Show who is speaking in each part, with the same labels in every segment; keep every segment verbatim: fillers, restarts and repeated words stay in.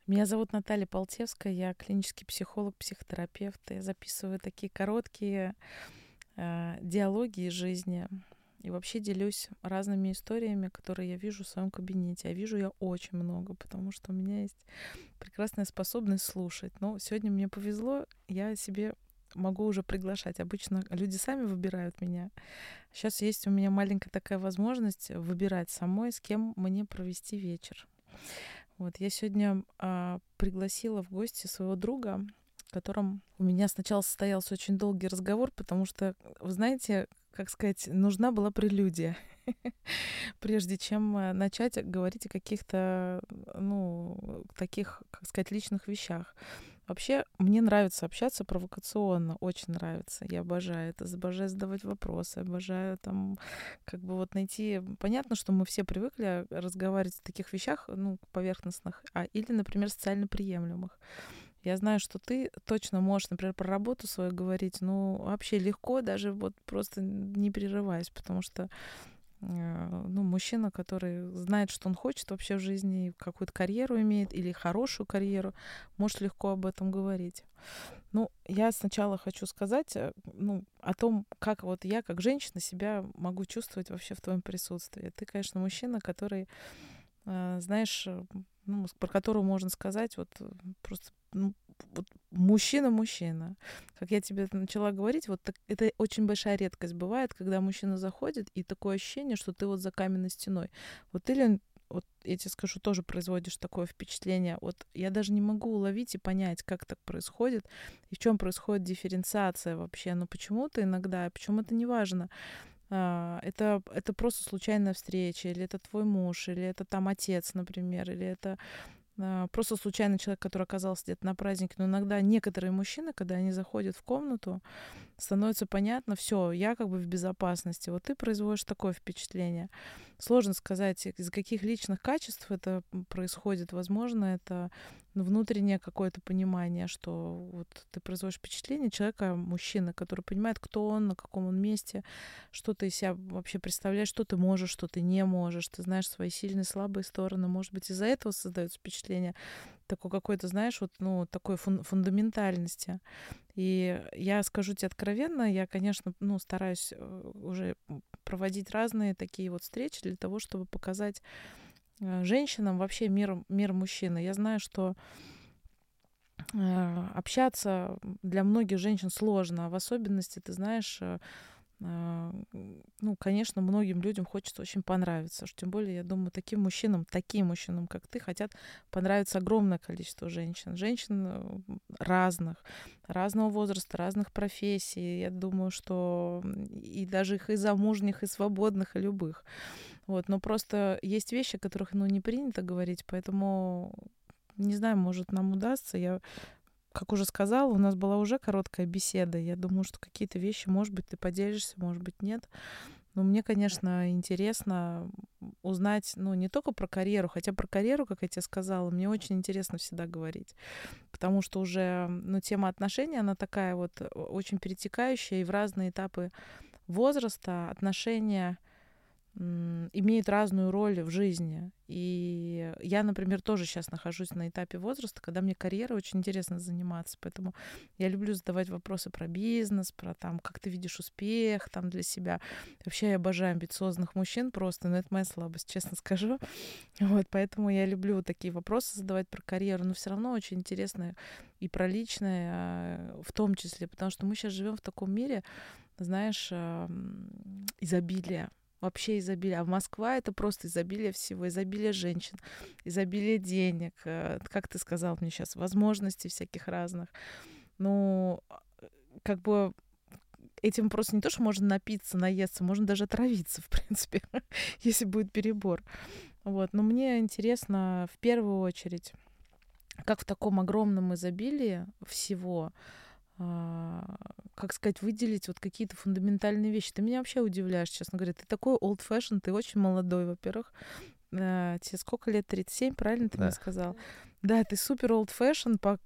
Speaker 1: Меня зовут Наталья Полтевская, я клинический психолог, психотерапевт. Я записываю такие короткие э, диалоги из жизни и вообще делюсь разными историями, которые я вижу в своем кабинете. А вижу я очень много, потому что у меня есть прекрасная способность слушать. Но сегодня мне повезло, я себе могу уже приглашать. Обычно люди сами выбирают меня. Сейчас есть у меня маленькая такая возможность выбирать самой, с кем мне провести вечер. Вот, я сегодня а, пригласила в гости своего друга, с которым у меня сначала состоялся очень долгий разговор, потому что, вы знаете, как сказать, нужна была прелюдия, прежде чем а, начать говорить о каких-то, ну, таких, как сказать, личных вещах. Вообще, мне нравится общаться провокационно, очень нравится. Я обожаю это, обожаю задавать вопросы, обожаю там как бы вот найти... Понятно, что мы все привыкли разговаривать о таких вещах, ну, поверхностных, а, или, например, социально приемлемых. Я знаю, что ты точно можешь, например, про работу свою говорить, ну, вообще легко, даже вот просто не прерываясь, потому что ну, мужчина, который знает, что он хочет вообще в жизни, какую-то карьеру имеет или хорошую карьеру, может легко об этом говорить. Ну, я сначала хочу сказать, ну, о том, как вот я, как женщина, себя могу чувствовать вообще в твоем присутствии. Ты, конечно, мужчина, который, знаешь, ну, про которого можно сказать вот просто ну, вот мужчина-мужчина. Как я тебе начала говорить, вот так, это очень большая редкость бывает, когда мужчина заходит, и такое ощущение, что ты вот за каменной стеной. Вот или, вот я тебе скажу, тоже производишь такое впечатление. Вот я даже не могу уловить и понять, как так происходит, и в чем происходит дифференциация вообще. Но почему-то иногда, почему это не важно, это, это просто случайная встреча, или это твой муж, или это там отец, например, или это просто случайный человек, который оказался где-то на празднике. Но иногда некоторые мужчины, когда они заходят в комнату, становится понятно, все, я как бы в безопасности. Вот ты производишь такое впечатление. Сложно сказать, из каких личных качеств это происходит. Возможно, это внутреннее какое-то понимание, что вот ты производишь впечатление человека, мужчины, который понимает, кто он, на каком он месте, что ты из себя вообще представляешь, что ты можешь, что ты не можешь. Ты знаешь свои сильные, слабые стороны. Может быть, из-за этого создается впечатление такой какой-то, знаешь, вот, ну, такой фун- фундаментальности. И я скажу тебе откровенно, я, конечно, ну, стараюсь уже проводить разные такие вот встречи для того, чтобы показать женщинам вообще мир, мир мужчины. Я знаю, что общаться для многих женщин сложно, а в особенности, ты знаешь, ну, конечно, многим людям хочется очень понравиться. Что, тем более, я думаю, таким мужчинам, таким мужчинам, как ты, хотят понравиться огромное количество женщин. Женщин разных, разного возраста, разных профессий. Я думаю, что и даже их и замужних, и свободных, и любых. Вот. Но просто есть вещи, о которых, ну, не принято говорить, поэтому, не знаю, может, нам удастся. Я Как уже сказала, у нас была уже короткая беседа. Я думаю, что какие-то вещи, может быть, ты поделишься, может быть, нет. Но мне, конечно, интересно узнать, ну, не только про карьеру, хотя про карьеру, как я тебе сказала, мне очень интересно всегда говорить. Потому что уже, ну, тема отношений, она такая вот очень перетекающая, и в разные этапы возраста отношения имеют разную роль в жизни. И я, например, тоже сейчас нахожусь на этапе возраста, когда мне карьерой очень интересно заниматься. Поэтому я люблю задавать вопросы про бизнес, про там, как ты видишь успех там для себя. Вообще я обожаю амбициозных мужчин просто, но это моя слабость, честно скажу. Вот, поэтому я люблю такие вопросы задавать про карьеру, но все равно очень интересно и про личное в том числе, потому что мы сейчас живем в таком мире, знаешь, изобилия. Вообще изобилие. А Москва — это просто изобилие всего. Изобилие женщин, изобилие денег. Как ты сказал мне сейчас, возможностей всяких разных. Ну, как бы этим просто не то, что можно напиться, наесться, можно даже отравиться, в принципе, если будет перебор. Вот. Но мне интересно в первую очередь, как в таком огромном изобилии всего, как сказать, выделить вот какие-то фундаментальные вещи. Ты меня вообще удивляешь, честно говоря. Ты такой old fashion, ты очень молодой, во-первых. Тебе сколько лет? тридцать семь, правильно ты
Speaker 2: Да.
Speaker 1: мне сказал? Да, ты супер old fashion по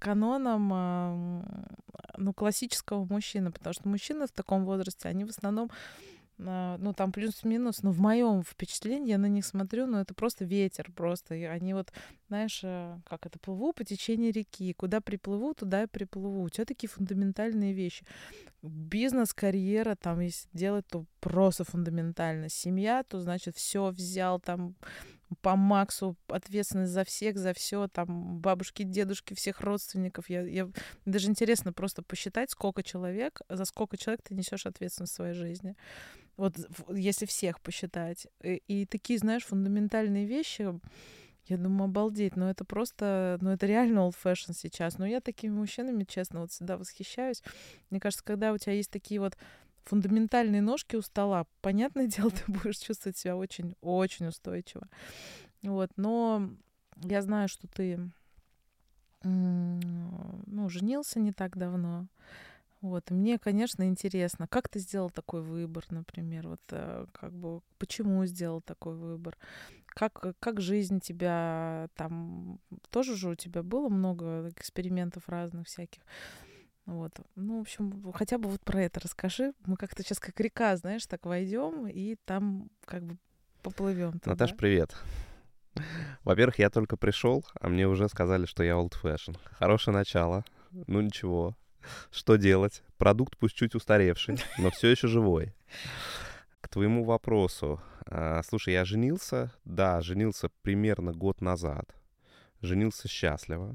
Speaker 1: канонам, ну, классического мужчины, потому что мужчины в таком возрасте, они в основном А, ну, там плюс-минус, но в моем впечатлении я на них смотрю, ну, это просто ветер, просто. И они вот, знаешь, э, как это, плыву по течению реки. Куда приплыву, туда и приплыву. У тебя такие фундаментальные вещи. Бизнес, карьера, там, если делать, то просто фундаментально. Семья, то, значит, все взял там по максу, ответственность за всех, за все, там, бабушки, дедушки, всех родственников. Я, я... Даже интересно просто посчитать, сколько человек, за сколько человек ты несешь ответственность в своей жизни. Вот в- если всех посчитать. И, и такие, знаешь, фундаментальные вещи, я думаю, обалдеть. Но это просто, ну это реально old fashion сейчас. Но я такими мужчинами, честно, вот всегда восхищаюсь. Мне кажется, когда у тебя есть такие вот фундаментальные ножки у стола, понятное дело, ты будешь чувствовать себя очень-очень устойчиво. Вот, но я знаю, что ты, м, ну, женился не так давно. Вот, и мне, конечно, интересно, как ты сделал такой выбор, например, вот э, как бы почему сделал такой выбор, как, э, как жизнь тебя там, тоже же у тебя было много экспериментов разных всяких, вот, ну, в общем, хотя бы вот про это расскажи, мы как-то сейчас как река, знаешь, так войдем и там как бы поплывем
Speaker 2: Наташ,
Speaker 1: туда.
Speaker 2: привет. Во-первых, я только пришел, а мне уже сказали, что я old fashion. Хорошее начало. Ну ничего. Что делать? Продукт пусть чуть устаревший, но все еще живой. К твоему вопросу. А, слушай, я женился. Да, женился примерно год назад. Женился счастливо.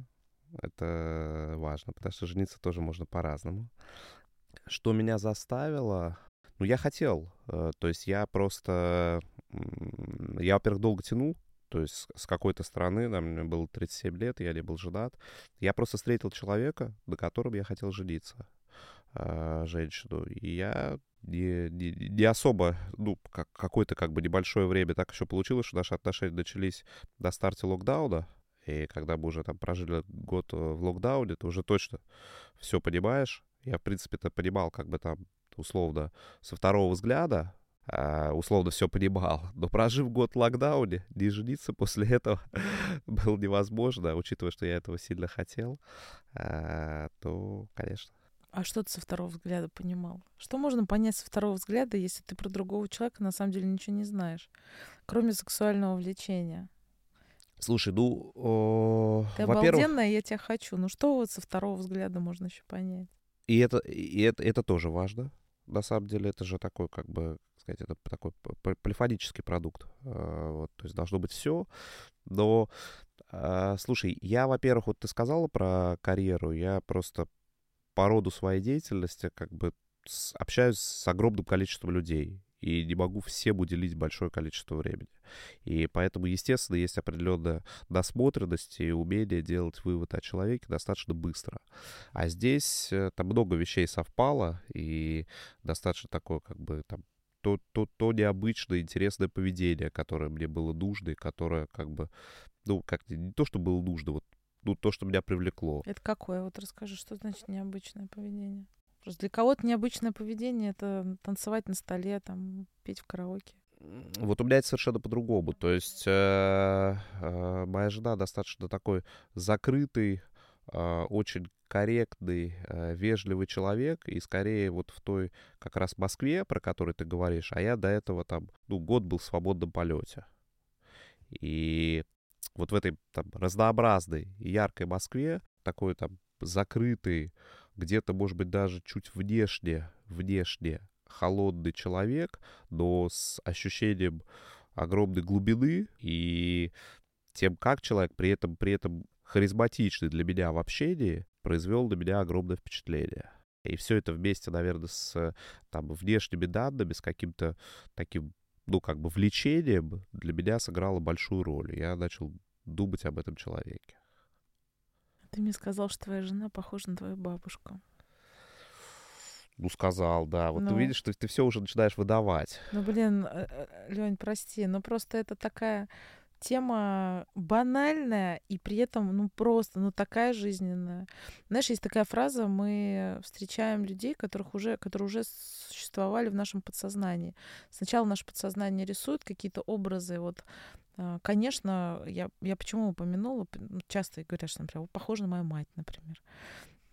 Speaker 2: Это важно, потому что жениться тоже можно по-разному. Что меня заставило? Ну, я хотел. э, То есть я просто... м, Я, во-первых, долго тянул. То есть с с какой-то стороны, да, мне было тридцать семь лет, я не был женат. Я просто встретил человека, на котором я хотел жениться, а, женщину. И я не, не- не особо, ну, как, какое-то как бы небольшое время так еще получилось, что наши отношения начались на старте локдауна. И когда мы уже там прожили год э, в локдауне, ты уже точно все понимаешь. Я, в принципе-то, понимал, как бы там, условно, со второго взгляда, а, условно все понимал. Но прожив год в локдауне, не жениться после этого было невозможно, учитывая, что я этого сильно хотел, а, то, конечно.
Speaker 1: А что ты со второго взгляда понимал? Что можно понять со второго взгляда, если ты про другого человека на самом деле ничего не знаешь, кроме сексуального влечения?
Speaker 2: Слушай, ну, о,
Speaker 1: Ты
Speaker 2: во-первых,
Speaker 1: обалденная, я тебя хочу. Ну что вот со второго взгляда можно еще понять?
Speaker 2: и это, и это, это тоже важно. На самом деле, это же такой, как бы, как сказать, это такой п- п- полифонический продукт. А, вот, то есть должно быть все. Но, а, слушай, я, во-первых, вот ты сказала про карьеру, я просто по роду своей деятельности как бы с- общаюсь с огромным количеством людей. И не могу всем уделить большое количество времени. И поэтому, естественно, есть определенная насмотренность и умение делать вывод о человеке достаточно быстро. А здесь э, там много вещей совпало, и достаточно такое, как бы, там, то, то, то необычное, интересное поведение, которое мне было нужно, и которое, как бы, ну, как не то, что было нужно, вот, ну, то, что меня привлекло.
Speaker 1: Это какое? Вот расскажи, что значит необычное поведение? Просто для кого-то необычное поведение — это танцевать на столе, там, петь в караоке.
Speaker 2: М, Вот у меня это совершенно по-другому. То есть э, э, моя жена достаточно такой закрытый, э, очень корректный, э, вежливый человек, и скорее вот в той как раз Москве, про которую ты говоришь, а я до этого там, ну, год был в свободном полете. И вот в этой там разнообразной и яркой Москве, такой там закрытый, где-то, может быть, даже чуть внешне, внешне холодный человек, но с ощущением огромной глубины и тем, как человек при этом, при этом харизматичный для меня в общении, произвел на меня огромное впечатление. И все это вместе, наверное, с там, внешними данными, с каким-то таким, ну, как бы влечением для меня сыграло большую роль. И я начал думать об этом человеке.
Speaker 1: Ты мне сказал, что твоя жена похожа на твою бабушку.
Speaker 2: Ну, сказал, да. Вот ты
Speaker 1: Ну,
Speaker 2: видишь, ты, ты все уже начинаешь выдавать.
Speaker 1: ну, блин, Лень, прости, но просто это такая тема банальная и при этом, ну, просто, ну, такая жизненная. Знаешь, есть такая фраза: мы встречаем людей, которых уже, которые уже существовали в нашем подсознании. Сначала наше подсознание рисует какие-то образы. Вот, а, конечно, я, я почему упомянула, п- ну, часто говорят, что, например, «Вы похожи на мою мать», например.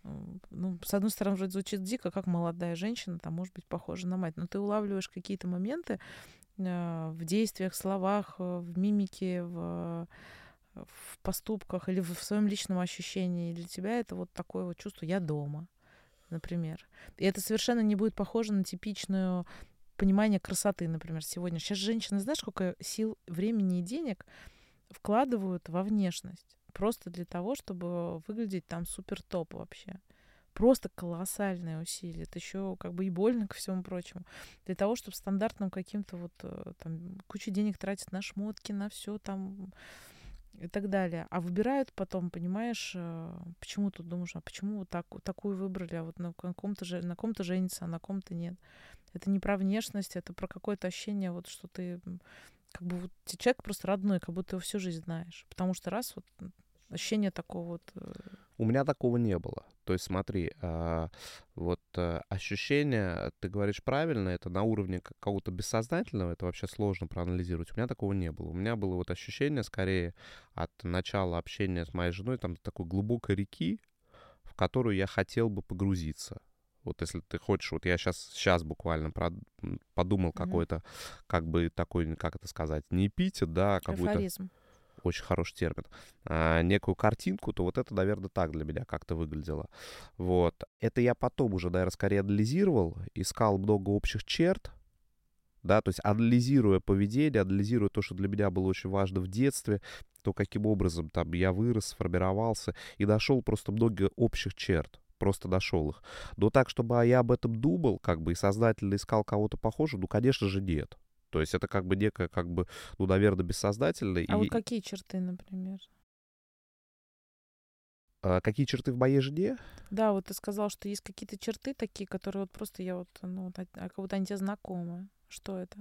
Speaker 1: Ну, с одной стороны, вроде звучит дико, как молодая женщина там может быть похожа на мать. Но ты улавливаешь какие-то моменты э, в действиях, словах, э, в мимике, в, в поступках или в, в своем личном ощущении. И для тебя это вот такое вот чувство «я дома», например. И это совершенно не будет похоже на типичную понимание красоты, например, сегодня. Сейчас женщины, знаешь, сколько сил, времени и денег вкладывают во внешность. Просто для того, чтобы выглядеть там супер топ вообще. Просто колоссальные усилия. Это еще как бы и больно ко всему прочему. Для того, чтобы стандартным каким-то вот э, там кучу денег тратить на шмотки, на все там и так далее. А выбирают потом, понимаешь, э, почему тут думаешь, а почему вот так, такую выбрали, а вот на ком-то же, на ком-то женится, а на ком-то нет. Это не про внешность, это про какое-то ощущение, вот что ты как бы вот человек просто родной, как будто его всю жизнь знаешь. Потому что раз вот ощущение такого вот... э,
Speaker 2: У меня такого не было. То есть смотри, а, вот а, ощущение, ты говоришь правильно, это на уровне какого-то бессознательного, это вообще сложно проанализировать. У меня такого не было. У меня было вот ощущение скорее от начала общения с моей женой, там такой глубокой реки, в которую я хотел бы погрузиться. Вот если ты хочешь, вот я сейчас, сейчас буквально про, подумал
Speaker 1: Мгм.
Speaker 2: какой-то, как бы такой, как это сказать, не эпитет, да, а какой-то
Speaker 1: Эйфоризм.
Speaker 2: очень хороший термин, а, некую картинку, то вот это, наверное, так для меня как-то выглядело. Вот. Это я потом уже, наверное, скорее анализировал, искал много общих черт, да, то есть анализируя поведение, анализируя то, что для меня было очень важно в детстве, то, каким образом там я вырос, сформировался, и нашел просто много общих черт. Просто нашел их. Но так, чтобы я об этом думал, как бы, и сознательно искал кого-то похожего, ну, конечно же, нет. То есть это как бы некое, как бы, ну, наверное, бессознательное.
Speaker 1: А вот
Speaker 2: И
Speaker 1: какие черты, например?
Speaker 2: а, какие черты в моей жене?
Speaker 1: Да, вот ты сказал, что есть какие-то черты такие, которые вот просто я вот, ну, вот, а а как будто они тебе знакомы. Что это?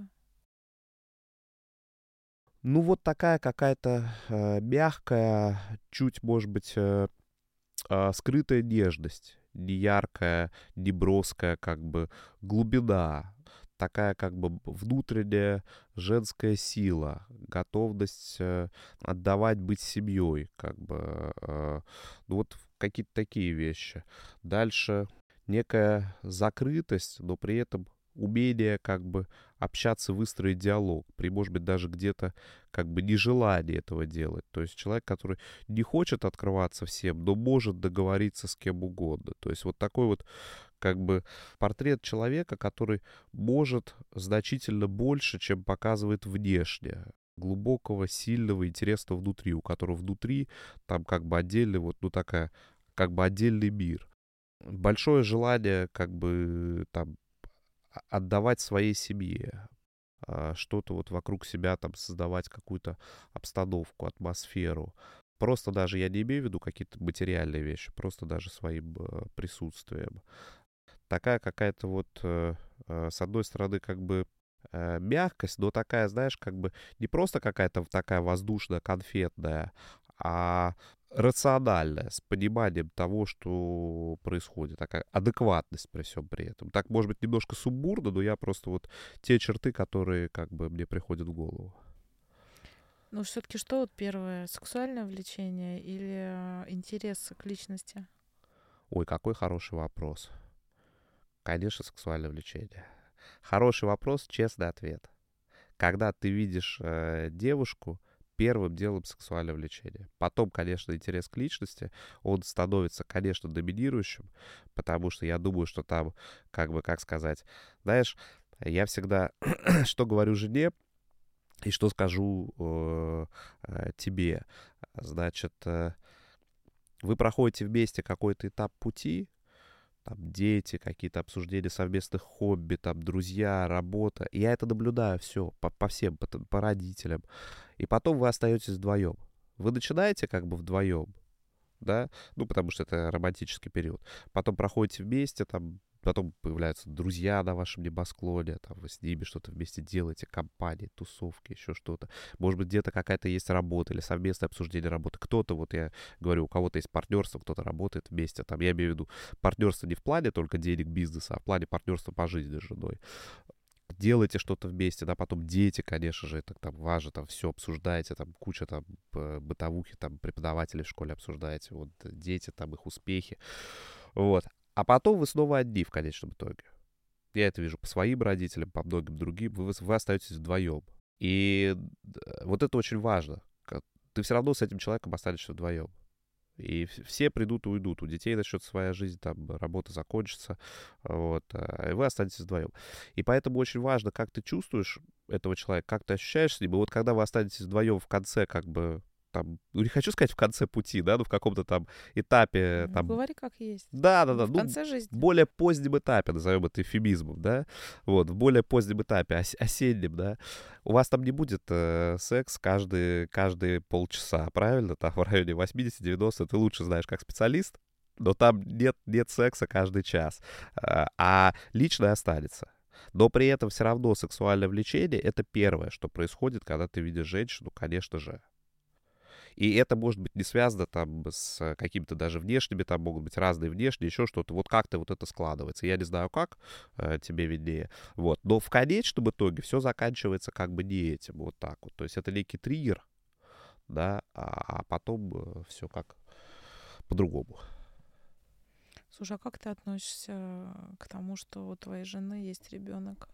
Speaker 2: Ну, вот такая какая-то э, мягкая, чуть, может быть, э, а, скрытая нежность. Не яркая, не броская, как бы глубина. Такая как бы внутренняя женская сила, готовность э, отдавать, быть семьей, как бы. э, ну вот какие-то такие вещи. Дальше некая закрытость, но при этом умение как бы общаться, выстроить диалог, при, может быть, даже где-то как бы нежелании этого делать. То есть человек, который не хочет открываться всем, но может договориться с кем угодно. То есть вот такой вот как бы портрет человека, который может значительно больше, чем показывает внешне. Глубокого, сильного, интересного внутри, у которого внутри там как бы отдельный вот, ну такая, как бы отдельный мир. Большое желание как бы там а- отдавать своей семье, а, что-то вот вокруг себя там создавать, какую-то обстановку, атмосферу. Просто даже я не имею в виду какие-то материальные вещи, просто даже своим э, присутствием. Такая какая-то вот, э, э, с одной стороны, как бы э, мягкость, но такая, знаешь, как бы не просто какая-то такая воздушная, конфетная, а рациональная, с пониманием того, что происходит. Такая адекватность при всем при этом. Так, может быть, немножко сумбурно, но я просто вот те черты, которые как бы мне приходят в голову.
Speaker 1: Ну, все-таки что вот первое? Сексуальное влечение или э, интерес к личности?
Speaker 2: Ой, какой хороший вопрос. Конечно, сексуальное влечение. Хороший вопрос, честный ответ. Когда ты видишь э, девушку, первым делом сексуальное влечение. Потом, конечно, интерес к личности, он становится, конечно, доминирующим, потому что я думаю, что там, как бы, как сказать, знаешь, я всегда, что говорю жене и что скажу э, э, тебе, значит, э, вы проходите вместе какой-то этап пути, там дети, какие-то обсуждения совместных хобби, там друзья, работа. И я это наблюдаю все по, по всем, по, по родителям. И потом вы остаетесь вдвоем. Вы начинаете как бы вдвоем, да, ну, потому что это романтический период. Потом проходите вместе, там, потом появляются друзья на вашем небосклоне, там, вы с ними что-то вместе делаете, компании, тусовки, еще что-то. Может быть, где-то какая-то есть работа или совместное обсуждение работы. Кто-то, вот я говорю, у кого-то есть партнерство, кто-то работает вместе. Там, я имею в виду партнерство не в плане только денег, бизнеса, а в плане партнерства по жизни с женой. Делайте что-то вместе, да, потом дети, конечно же, это там важно, там все обсуждаете, там куча там б- бытовухи, там преподавателей в школе обсуждаете, вот дети, там их успехи. Вот. А потом вы снова одни в конечном итоге. Я это вижу по своим родителям, по многим другим. Вы, вы остаетесь вдвоем. И вот это очень важно. Ты все равно с этим человеком останешься вдвоем. И все придут и уйдут. У детей начнется своя жизнь, там работа закончится, вот, и вы останетесь вдвоем. И поэтому очень важно, как ты чувствуешь этого человека, как ты ощущаешь с ним. И вот когда вы останетесь вдвоем в конце, как бы, там, ну, не хочу сказать в конце пути, да, но в каком-то там этапе,
Speaker 1: Ну,
Speaker 2: там...
Speaker 1: говори как есть.
Speaker 2: Да, да, да.
Speaker 1: В
Speaker 2: Ну,
Speaker 1: конце жизни.
Speaker 2: в более позднем этапе, назовем это эвфемизмом, да, вот, в более позднем этапе, ос- осеннем, да, у вас там не будет э, секс каждые, каждые полчаса, правильно? Там в районе восемьдесят-девяносто ты лучше знаешь как специалист, но там нет, нет секса каждый час, а, а личное останется. Но при этом все равно сексуальное влечение — это первое, что происходит, когда ты видишь женщину, конечно же. И это может быть не связано там с какими-то даже внешними, там могут быть разные внешние, еще что-то. Вот как-то вот это складывается. Я не знаю как, э, тебе виднее. Вот. Но в конечном итоге все заканчивается как бы не этим. Вот так вот. То есть это некий триггер, да, а, а потом все как по-другому.
Speaker 1: Слушай, а как ты относишься к тому, что у твоей жены есть ребенок?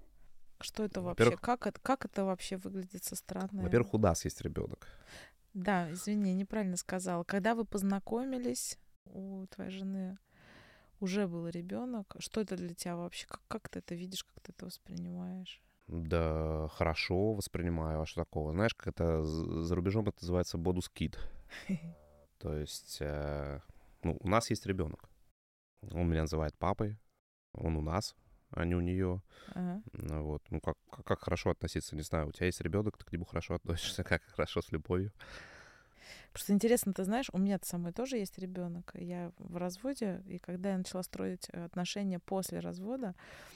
Speaker 1: Что это вообще?
Speaker 2: Во-первых,
Speaker 1: Как это, как это вообще выглядит со стороны?
Speaker 2: во-первых, у нас есть ребенок.
Speaker 1: Да, извини, неправильно сказала. Когда вы познакомились, у твоей жены уже был ребенок. Что это для тебя вообще? Как, как ты это видишь, как ты это воспринимаешь?
Speaker 2: Да, хорошо воспринимаю, а что такого? Знаешь, как это з- за рубежом это называется бонус-кид. То есть, э, ну, у нас есть ребенок. Он меня называет папой, он у нас, а не у нее.
Speaker 1: Ага.
Speaker 2: Ну вот, ну как, как, как хорошо относиться, не знаю, у тебя есть ребенок, ты к нему хорошо относишься, как хорошо с любовью.
Speaker 1: Просто интересно, ты знаешь, у меня-то самой тоже есть ребенок. Я в разводе, и когда я начала строить э, отношения после развода,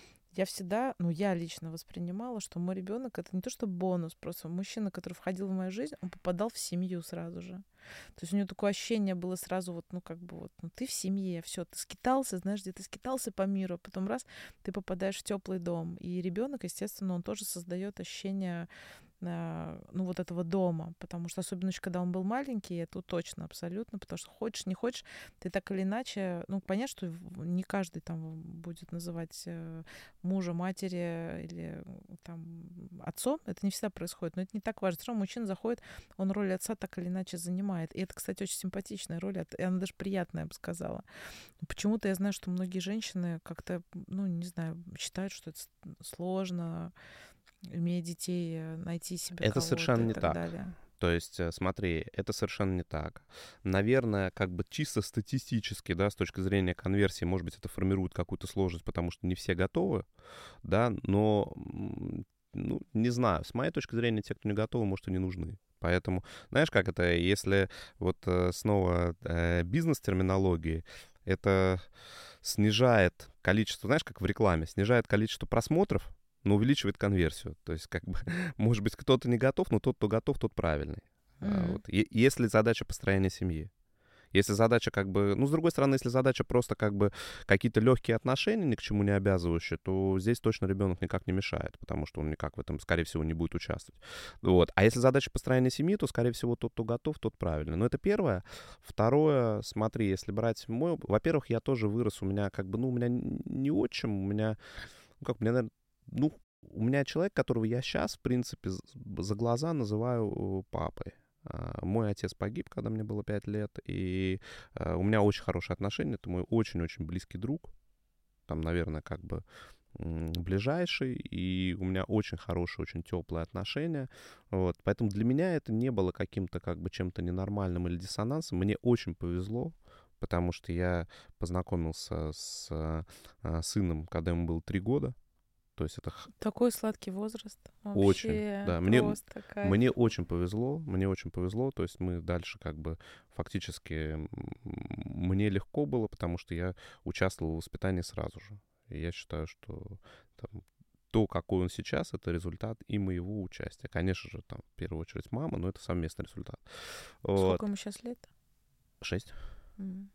Speaker 1: я всегда, ну, я лично воспринимала, что мой ребенок это не то, что бонус, просто мужчина, который входил в мою жизнь, он попадал в семью сразу же. То есть у него такое ощущение было сразу вот, ну, как бы вот, ну, ты в семье, все, ты скитался, знаешь, где ты скитался по миру, а потом раз, ты попадаешь в теплый дом. И ребенок, естественно, он тоже создает ощущение, э, ну, вот этого дома, потому что особенно еще когда он был маленький, это точно, абсолютно, потому что хочешь, не хочешь, ты так или иначе, ну, понятно, что в- не каждый там будет называть э, мужа, матери или там отцом, это не всегда происходит, но это не так важно. Все равно мужчина заходит, он роль отца так или иначе занимает. И это, кстати, очень симпатичная роль, это- и она даже приятная, я бы сказала. Но почему-то я знаю, что многие женщины как-то, ну, не знаю, считают, что это с- сложно, имея детей, э, найти себе
Speaker 2: Это
Speaker 1: кого-то
Speaker 2: совершенно
Speaker 1: и
Speaker 2: не
Speaker 1: так
Speaker 2: так.
Speaker 1: далее.
Speaker 2: То есть, э, смотри, это совершенно не так. Наверное, как бы чисто статистически, да, с точки зрения конверсии, может быть, это формирует какую-то сложность, потому что не все готовы, да, но, м, ну, не знаю, с моей точки зрения, те, кто не готовы, может, и не нужны. Поэтому, знаешь, как это, если вот э, снова э, бизнес-терминологии, это снижает количество, знаешь, как в рекламе, снижает количество просмотров, но увеличивает конверсию. То есть, как бы, может быть, кто-то не готов, но тот, кто готов, тот правильный. А,
Speaker 1: Мгм.
Speaker 2: вот. Е- Если задача построения семьи. Если задача как бы... Ну, с другой стороны, если задача просто как бы какие-то легкие отношения, ни к чему не обязывающие, то здесь точно ребенок никак не мешает, потому что он никак в этом, скорее всего, не будет участвовать. Вот. А если задача построения семьи, то, скорее всего, тот, кто готов, тот правильный. Но это первое. Второе, смотри, если брать мой... Во-первых, я тоже вырос, у меня как бы, ну, у меня не отчим, у меня, ну, как, у меня, наверное, ну, у меня человек, которого я сейчас, в принципе, з- за глаза называю э, папой. А, Мой отец погиб, когда мне было пять лет, и а, у меня очень хорошие отношения, это мой очень-очень близкий друг, там, наверное, как бы м, ближайший, и у меня очень хорошие, очень теплые отношения, вот, поэтому для меня это не было каким-то как бы чем-то ненормальным или диссонансом, мне очень повезло, потому что я познакомился с а, сыном, когда ему было три года, то есть это х-
Speaker 1: Такой сладкий возраст.
Speaker 2: очень,
Speaker 1: Вообще
Speaker 2: да, мне, м-
Speaker 1: просто кайф.
Speaker 2: мне очень повезло, мне очень повезло, то есть мы дальше как бы фактически м, мне легко было, потому что я участвовал в воспитании сразу же. И я считаю, что там, то, какой он сейчас, это результат и моего участия. Конечно же, там, в первую очередь мама, но это совместный результат.
Speaker 1: Сколько
Speaker 2: Вот.
Speaker 1: ему сейчас лет?
Speaker 2: Шесть.
Speaker 1: М.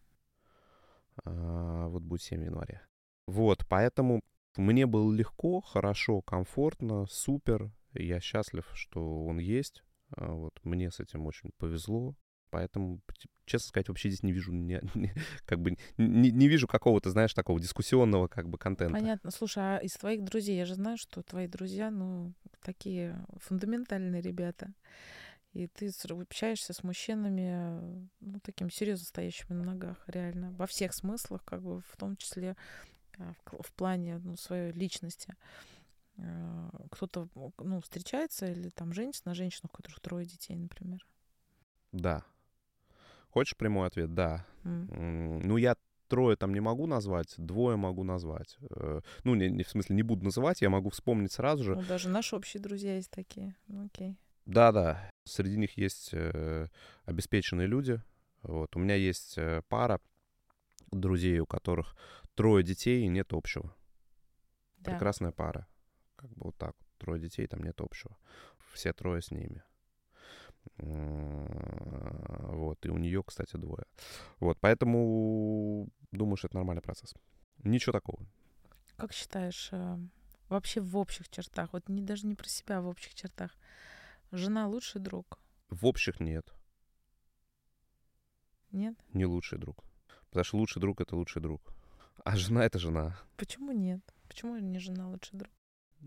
Speaker 2: А, вот будет семь в январе. Вот, поэтому мне было легко, хорошо, комфортно, супер. Я счастлив, что он есть. А, Вот, мне с этим очень повезло. Поэтому т- честно сказать, вообще здесь не вижу, не, не- как бы не, не вижу какого-то, знаешь, такого дискуссионного как бы контента.
Speaker 1: Понятно. Слушай, а из твоих друзей, я же знаю, что твои друзья, ну, такие фундаментальные ребята. И ты с- общаешься с мужчинами, ну, такими серьезно стоящими на ногах, реально, во всех смыслах, как бы, в том числе а, в, к- в плане, ну, своей личности. Э, Кто-то, ну, встречается или там женится на женщинах, у которых трое детей, например.
Speaker 2: Да. Хочешь прямой ответ? Да.
Speaker 1: М.
Speaker 2: М, Ну, я трое там не могу назвать, двое могу назвать. Э, Ну, не, не- в смысле, не буду называть, я могу вспомнить сразу же.
Speaker 1: Ну, даже наши общие друзья есть такие. Ну, окей.
Speaker 2: Да-да, среди них есть э, обеспеченные люди. Вот. У меня есть э, пара друзей, у которых трое детей и нет общего.
Speaker 1: Да.
Speaker 2: Прекрасная пара. Как бы вот так. вот. Трое детей, там нет общего. Все трое с ними. М, Вот. И у нее, кстати, двое. Вот. Поэтому думаю, что это нормальный процесс. Ничего такого.
Speaker 1: Как считаешь, э, вообще в общих чертах, вот не, даже не про себя, а в общих чертах, жена лучший друг?
Speaker 2: В общих нет.
Speaker 1: Нет?
Speaker 2: Не лучший друг. Потому что лучший друг — это лучший друг. А жена — это жена.
Speaker 1: Почему нет? Почему не жена лучший друг?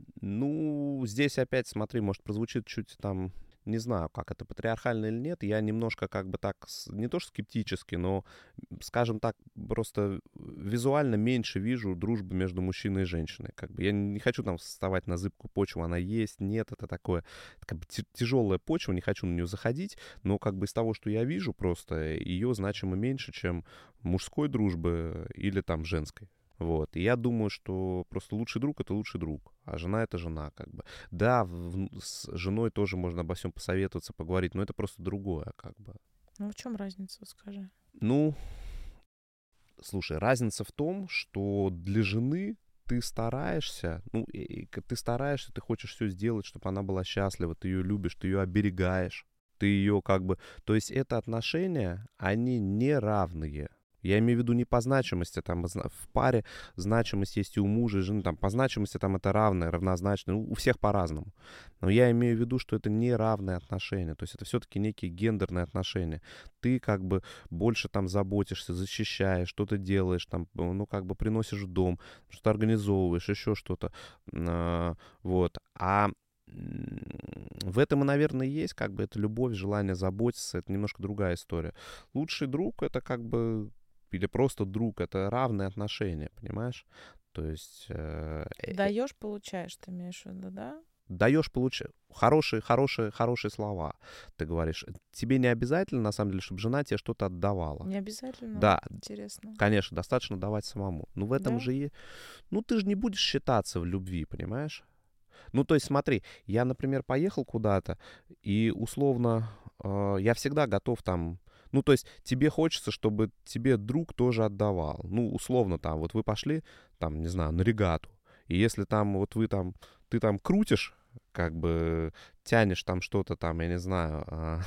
Speaker 2: Ну, здесь опять, смотри, может, прозвучит чуть там, не знаю, как это, патриархально или нет. Я немножко как бы так, с- не то что скептически, но, скажем так, просто визуально меньше вижу дружбы между мужчиной и женщиной. Как бы я не хочу там вставать на зыбкую почву, она есть, нет, это такое, как бы ти- тяжелая почва, не хочу на нее заходить, но как бы из того, что я вижу, просто ее значимо меньше, чем мужской дружбы или там женской. Вот. И я думаю, что просто лучший друг — это лучший друг, а жена — это жена, как бы. Да, в- с женой тоже можно обо всем посоветоваться, поговорить, но это просто другое, как бы.
Speaker 1: Ну, в чем разница, скажи?
Speaker 2: Ну, слушай, разница в том, что для жены ты стараешься, ну, и- и к- ты стараешься, ты хочешь все сделать, чтобы она была счастлива, ты ее любишь, ты ее оберегаешь, ты ее как бы... То есть это отношения, они неравные. Я имею в виду не по значимости, там зна- в паре значимость есть и у мужа, и жены, там по значимости там это равное, равнозначно, ну, у всех по-разному. Но я имею в виду, что это неравные отношения, то есть это все-таки некие гендерные отношения. Ты как бы больше там заботишься, защищаешь, что-то делаешь, там, ну, как бы приносишь в дом, что-то организовываешь, еще что-то, а, вот. А м, в этом и, наверное, есть как бы это любовь, желание заботиться, это немножко другая история. Лучший друг — это как бы или просто друг, это равные отношения, понимаешь? То есть э, э,
Speaker 1: Даешь, получаешь, ты имеешь в виду, да?
Speaker 2: даешь, получаешь хорошие, хорошие, хорошие слова. Ты говоришь, тебе не обязательно, на самом деле, чтобы жена тебе что-то отдавала.
Speaker 1: Не обязательно.
Speaker 2: Да,
Speaker 1: Интересно.
Speaker 2: конечно, достаточно давать самому. Но в этом
Speaker 1: Да?
Speaker 2: же и... Ну, ты же не будешь считаться в любви, понимаешь? Ну, то есть, смотри, я, например, поехал куда-то, и условно э, я всегда готов там... Ну, то есть, тебе хочется, чтобы тебе друг тоже отдавал. Ну, условно, там, вот вы пошли, там, не знаю, на регату, и если там, вот вы там, ты там крутишь, как бы тянешь там что-то там, я не знаю, а,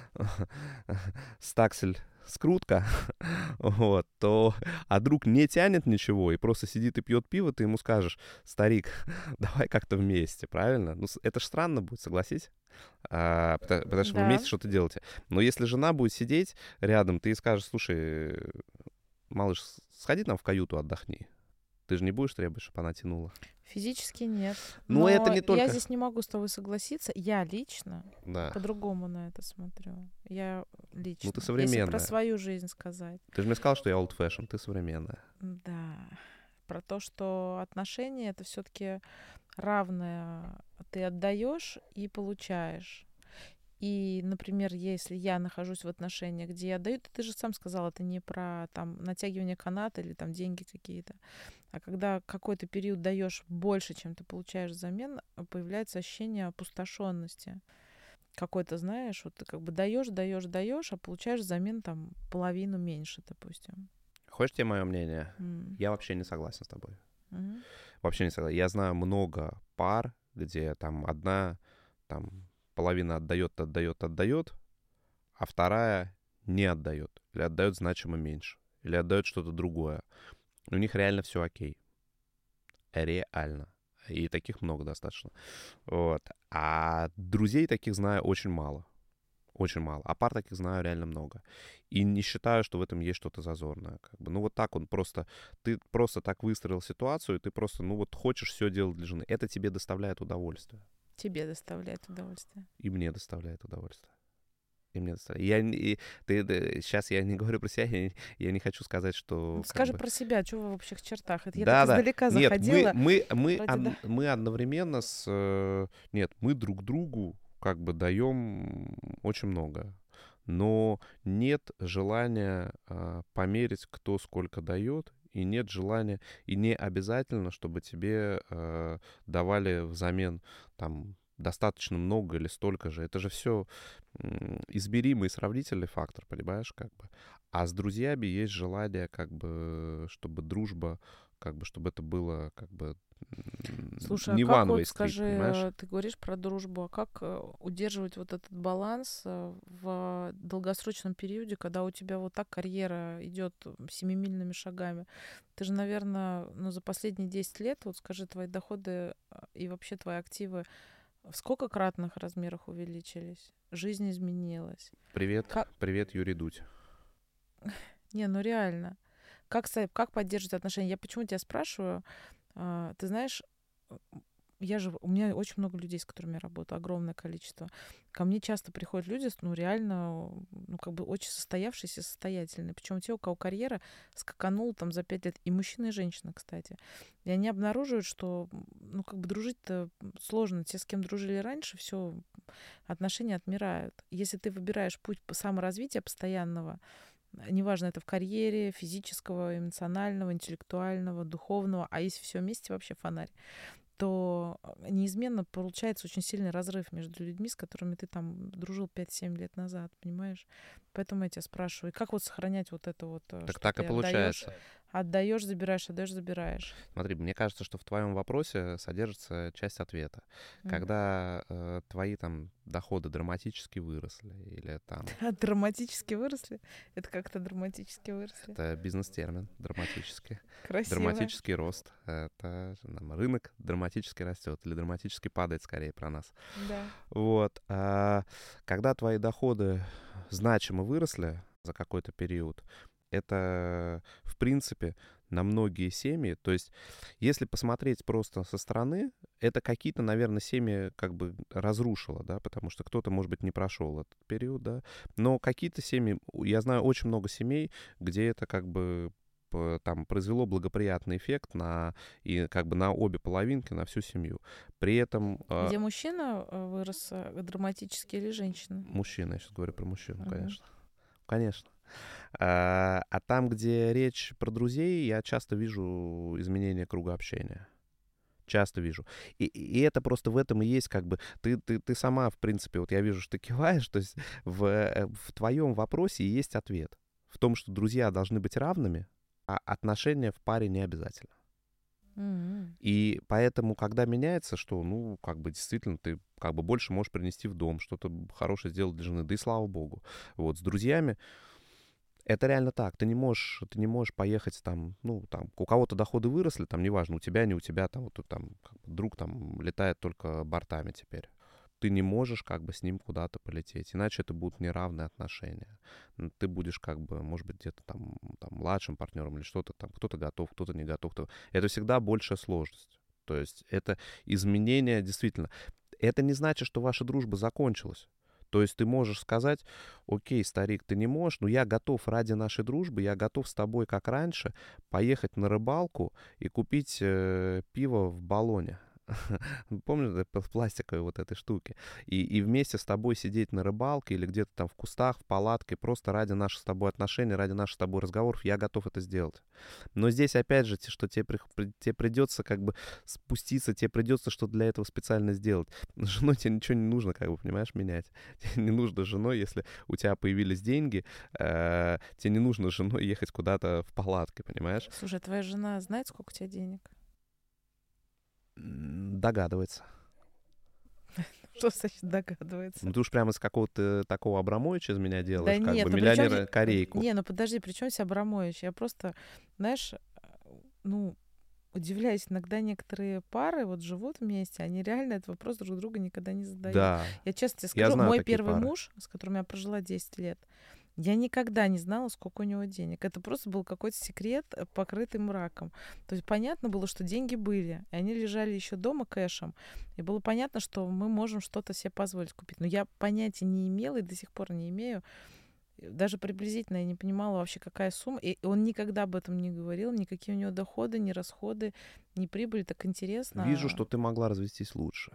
Speaker 2: стаксель, скрутка, вот, то, а друг не тянет ничего и просто сидит и пьет пиво, ты ему скажешь: старик, давай как-то вместе, правильно? Ну, с- это ж странно будет, согласись? А, пото- потому что вы
Speaker 1: Да.
Speaker 2: вместе что-то делаете. Но если жена будет сидеть рядом, ты ей скажешь: слушай, малыш, с- сходи там в каюту, отдохни. Ты же не будешь требовать, чтобы она тянула.
Speaker 1: Физически нет.
Speaker 2: Ну, это
Speaker 1: Но
Speaker 2: не
Speaker 1: я
Speaker 2: только...
Speaker 1: здесь не могу с тобой согласиться. Я лично
Speaker 2: Да.
Speaker 1: по-другому на это смотрю. Я
Speaker 2: Ну,
Speaker 1: лично.
Speaker 2: ты
Speaker 1: Если про
Speaker 2: современная.
Speaker 1: свою жизнь сказать.
Speaker 2: Ты же мне сказал, что я old fashion, ты современная.
Speaker 1: Да. Про то, что отношения это все-таки равное. Ты отдаешь и получаешь. И, например, если я нахожусь в отношениях, где я даю, ты же сам сказал, это не про там натягивание каната или там деньги какие-то, а когда какой-то период даешь больше, чем ты получаешь взамен, появляется ощущение опустошенности. Какой-то, знаешь, вот ты как бы даешь, даешь, даешь, а получаешь взамен там половину меньше, допустим.
Speaker 2: Хочешь тебе мое мнение?
Speaker 1: М.
Speaker 2: Я вообще не согласен с тобой.
Speaker 1: Мгм.
Speaker 2: Вообще не согласен. Я знаю много пар, где там одна там половина отдает, отдает, отдает, а вторая не отдает. Или отдает значимо меньше. Или отдает что-то другое. У них реально все окей. Реально. И таких много достаточно. Вот. А друзей таких знаю очень мало. Очень мало. А пар таких знаю реально много. И не считаю, что в этом есть что-то зазорное. Как бы. Ну вот так он просто... Ты просто так выстроил ситуацию, и ты просто, ну вот хочешь все делать для жены. Это тебе доставляет удовольствие.
Speaker 1: Тебе доставляет удовольствие.
Speaker 2: И мне доставляет удовольствие. И мне доставляет. Я, не- и, ты, ты- сейчас я не говорю про себя, я, я не хочу сказать, что... как
Speaker 1: Скажи
Speaker 2: бы,
Speaker 1: про себя, что вы в общих чертах? Это я так
Speaker 2: да, да.
Speaker 1: издалека
Speaker 2: Нет, мы,
Speaker 1: заходила.
Speaker 2: мы, мы,
Speaker 1: Вроде да.
Speaker 2: од- мы одновременно с... э, Нет, мы друг другу как бы даем очень много. Но нет желания а, померить, кто сколько дает, и нет желания, и не обязательно, чтобы тебе э, давали взамен там достаточно много или столько же. Это же все измеримый сравнительный фактор, понимаешь, как бы. А с друзьями есть желание, как бы, чтобы дружба, как бы, чтобы это было, как бы, м,
Speaker 1: Слушай, а
Speaker 2: не
Speaker 1: как
Speaker 2: one way
Speaker 1: вот,
Speaker 2: street,
Speaker 1: скажи,
Speaker 2: понимаешь?
Speaker 1: э, ты говоришь про дружбу, а как э, удерживать вот этот баланс э, в долгосрочном периоде, когда у тебя вот так карьера идет семимильными шагами? Ты же, наверное, ну, за последние десять лет, вот скажи, твои доходы э, и вообще твои активы в сколько кратных размерах увеличились? Жизнь изменилась.
Speaker 2: Привет,
Speaker 1: Как...
Speaker 2: привет, Юрий Дудь.
Speaker 1: Не, ну реально. Как, со- как поддерживать отношения? Я почему тебя спрашиваю? А, ты знаешь, э, я же, у меня очень много людей, с которыми я работаю, огромное количество. Ко мне часто приходят люди, ну, реально, ну, как бы очень состоявшиеся, состоятельные. Причем те, у кого карьера скаканула там за пять лет. И мужчина, и женщина, кстати. И они обнаруживают, что, ну, как бы дружить-то сложно. Те, с кем дружили раньше, все, отношения отмирают. Если ты выбираешь путь саморазвития постоянного, неважно, это в карьере, физического, эмоционального, интеллектуального, духовного, а если все вместе, вообще фонарь, то неизменно получается очень сильный разрыв между людьми, с которыми ты там дружил пять-семь лет назад, понимаешь? Поэтому я тебя спрашиваю, и как вот сохранять вот это вот, э,
Speaker 2: Так
Speaker 1: что
Speaker 2: так и
Speaker 1: ты отдаешь,
Speaker 2: получается.
Speaker 1: отдаешь, забираешь, отдаешь, забираешь.
Speaker 2: Смотри, мне кажется, что в твоем вопросе содержится часть ответа.
Speaker 1: М.
Speaker 2: Когда э, твои там доходы драматически выросли, или там...
Speaker 1: А драматически выросли? Это как-то драматически выросли.
Speaker 2: Это бизнес-термин, драматически.
Speaker 1: Красиво.
Speaker 2: Драматический рост. Это там, рынок драматически растет, или драматически падает скорее про нас.
Speaker 1: Да.
Speaker 2: Вот. А когда твои доходы значимо выросли за какой-то период, это, в принципе, на многие семьи, то есть, если посмотреть просто со стороны, это какие-то, наверное, семьи как бы разрушило, да, потому что кто-то, может быть, не прошел этот период, да, но какие-то семьи, я знаю очень много семей, где это как бы п- там произвело благоприятный эффект на и как бы на обе половинки, на всю семью. При этом э,
Speaker 1: Где мужчина э, вырос э, драматически или женщина?
Speaker 2: мужчина, я сейчас говорю про мужчину,
Speaker 1: Мгм.
Speaker 2: конечно, конечно. А, а там, где речь про друзей, я часто вижу изменение круга общения. Часто вижу. И, и это просто в этом и есть как бы... Ты, ты, ты сама, в принципе, вот я вижу, что ты киваешь, то есть в, э, в твоем вопросе и есть ответ. В том, что друзья должны быть равными, а отношения в паре не обязательно.
Speaker 1: М.
Speaker 2: И поэтому, когда меняется, что, ну, как бы действительно ты как бы больше можешь принести в дом, что-то хорошее сделать для жены, да и слава богу. Вот, с друзьями это реально так. Ты не можешь, ты не можешь поехать там, ну, там, у кого-то доходы выросли, там, неважно, у тебя, не у тебя, там, вот тут там, как бы, друг там летает только бортами теперь. Ты не можешь как бы с ним куда-то полететь, иначе это будут неравные отношения. Н- Ты будешь как бы, может быть, где-то там, там младшим партнером или что-то там, кто-то готов, кто-то не готов. кто- Это всегда большая сложность. То есть это изменение действительно. Это не значит, что ваша дружба закончилась. То есть ты можешь сказать, окей, старик, ты не можешь, но я готов ради нашей дружбы, я готов с тобой, как раньше, поехать на рыбалку и купить э, пиво в баллоне. Помнишь, это в пластиковой вот этой штуке? И, и вместе с тобой сидеть на рыбалке или где-то там в кустах, в палатке, просто ради наших с тобой отношений, ради наших с тобой разговоров, я готов это сделать. Но здесь, опять же, те- что тебе, при- при- тебе придется как бы спуститься, тебе придется что-то для этого специально сделать. С женой тебе ничего не нужно, как бы, понимаешь, менять. Тебе не нужно с женой, если у тебя появились деньги, э, тебе не нужно с женой ехать куда-то в палатке, понимаешь?
Speaker 1: Слушай, твоя жена знает, сколько у тебя денег?
Speaker 2: М, Догадывается.
Speaker 1: Что значит догадывается?
Speaker 2: Ну, ты уж прямо с какого-то такого Абрамовича из меня
Speaker 1: Да
Speaker 2: делаешь, как
Speaker 1: нет,
Speaker 2: бы
Speaker 1: ну при чем
Speaker 2: миллионера
Speaker 1: здесь...
Speaker 2: корейку.
Speaker 1: Не, ну подожди, при чем здесь Абрамович? Я просто, знаешь, э, ну, удивляюсь, иногда некоторые пары вот живут вместе, они реально этот вопрос друг друга никогда не задают.
Speaker 2: Да,
Speaker 1: Я честно тебе
Speaker 2: я
Speaker 1: скажу,
Speaker 2: знаю
Speaker 1: мой
Speaker 2: такие
Speaker 1: первый
Speaker 2: пары.
Speaker 1: муж, с которым я прожила десять лет, я никогда не знала, сколько у него денег. Это просто был какой-то секрет, э, покрытый мраком. То есть понятно было, что деньги были, и они лежали еще дома кэшем. И было понятно, что мы можем что-то себе позволить купить. Но я понятия не имела и до сих пор не имею. Даже приблизительно я не понимала вообще, какая сумма. И он никогда об этом не говорил, никакие у него доходы, ни расходы, ни прибыли. Так
Speaker 2: Вижу,
Speaker 1: интересно.
Speaker 2: что ты могла развестись лучше.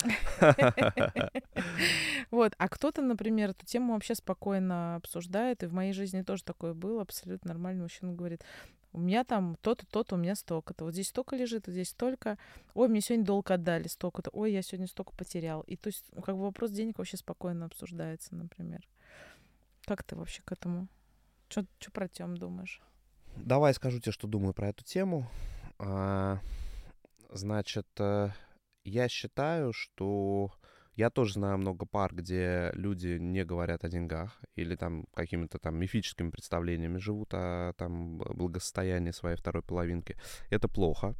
Speaker 1: Вот, а кто-то, например, эту тему вообще спокойно обсуждает, и в моей жизни тоже такое было, абсолютно нормальный мужчина говорит, у меня там то-то, то-то, у меня столько-то, вот здесь столько лежит, вот здесь столько, ой, мне сегодня долг отдали, столько-то, ой, я сегодня столько потерял. И то есть, ну, как бы вопрос денег вообще спокойно обсуждается, например. Как ты вообще к этому? Что про Тём думаешь?
Speaker 2: Давай скажу тебе, что думаю про эту тему. А, Значит, э, я считаю, что я тоже знаю много пар, где люди не говорят о деньгах или там какими-то там мифическими представлениями живут о там благосостоянии своей второй половинки. Это плохо.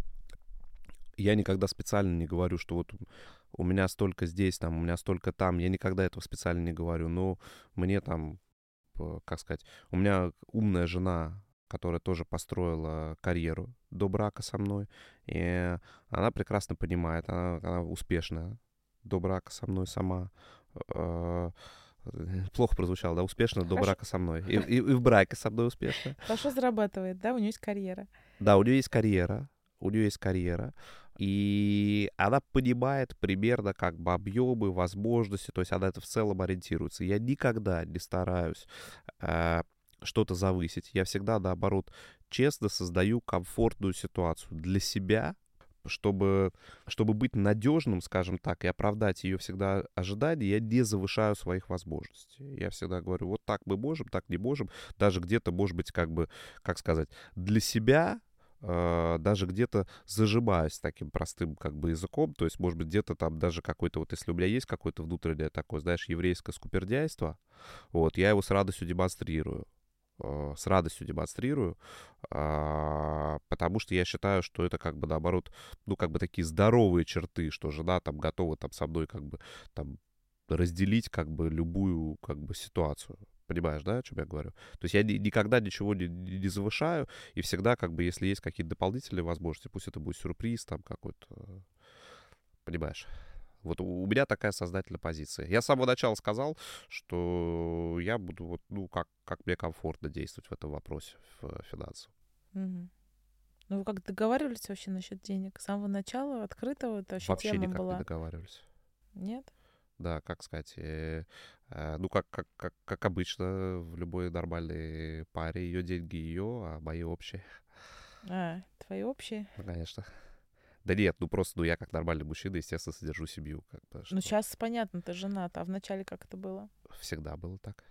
Speaker 2: Я никогда специально не говорю, что вот у меня столько здесь, там, у меня столько там. Я никогда этого специально не говорю. Но мне там, э, как сказать, у меня умная жена, которая тоже построила карьеру до брака со мной. И она прекрасно понимает, она, она успешная до брака со мной сама. Э, Плохо прозвучало, да? Успешно до
Speaker 1: Хорошо,
Speaker 2: брака со мной. И, и- и в браке со мной успешно.
Speaker 1: хорошо зарабатывает, да? У нее есть карьера.
Speaker 2: Да, у нее есть карьера. У нее есть карьера. И она понимает примерно как бы объемы, возможности. То есть она это в целом ориентируется. Я никогда не стараюсь э, что-то завысить. Я всегда, наоборот, честно создаю комфортную ситуацию для себя, чтобы, чтобы быть надежным, скажем так, и оправдать ее всегда ожидания, я не завышаю своих возможностей. Я всегда говорю, вот так мы можем, так не можем. Даже где-то, может быть, как бы, как сказать, для себя э, даже где-то зажимаюсь таким простым как бы языком. То есть, может быть, где-то там даже какой-то, вот если у меня есть какое-то внутреннее такое, знаешь, еврейское скупердяйство, вот, я его с радостью демонстрирую э, с радостью демонстрирую, а, потому что я считаю, что это как бы наоборот, ну как бы такие здоровые черты, что жена там готова там со мной как бы там разделить как бы любую как бы ситуацию. Понимаешь, да, о чем я говорю? То есть я ни- никогда ничего не, не не завышаю, и всегда как бы, если есть какие-то дополнительные возможности, пусть это будет сюрприз там какой-то, э, понимаешь? Вот у у меня такая сознательная позиция. Я с самого начала сказал, что я буду вот, ну, как, как мне комфортно действовать в этом вопросе в э, финансовом.
Speaker 1: Мгм. Ну, вы как договаривались вообще насчет денег? С самого начала открытого это вообще
Speaker 2: Вообще
Speaker 1: тема
Speaker 2: никак не
Speaker 1: была?
Speaker 2: договаривались.
Speaker 1: Нет?
Speaker 2: Да, как сказать, э, э, ну, как, как, как, как обычно в любой нормальной паре, ее деньги ее, а мои общие.
Speaker 1: А, твои общие?
Speaker 2: Ну, конечно. Да нет, ну просто, ну я как нормальный мужчина, естественно, содержу семью, как бы,
Speaker 1: Ну,
Speaker 2: что
Speaker 1: сейчас понятно, ты женат, а вначале как это было?
Speaker 2: всегда было так.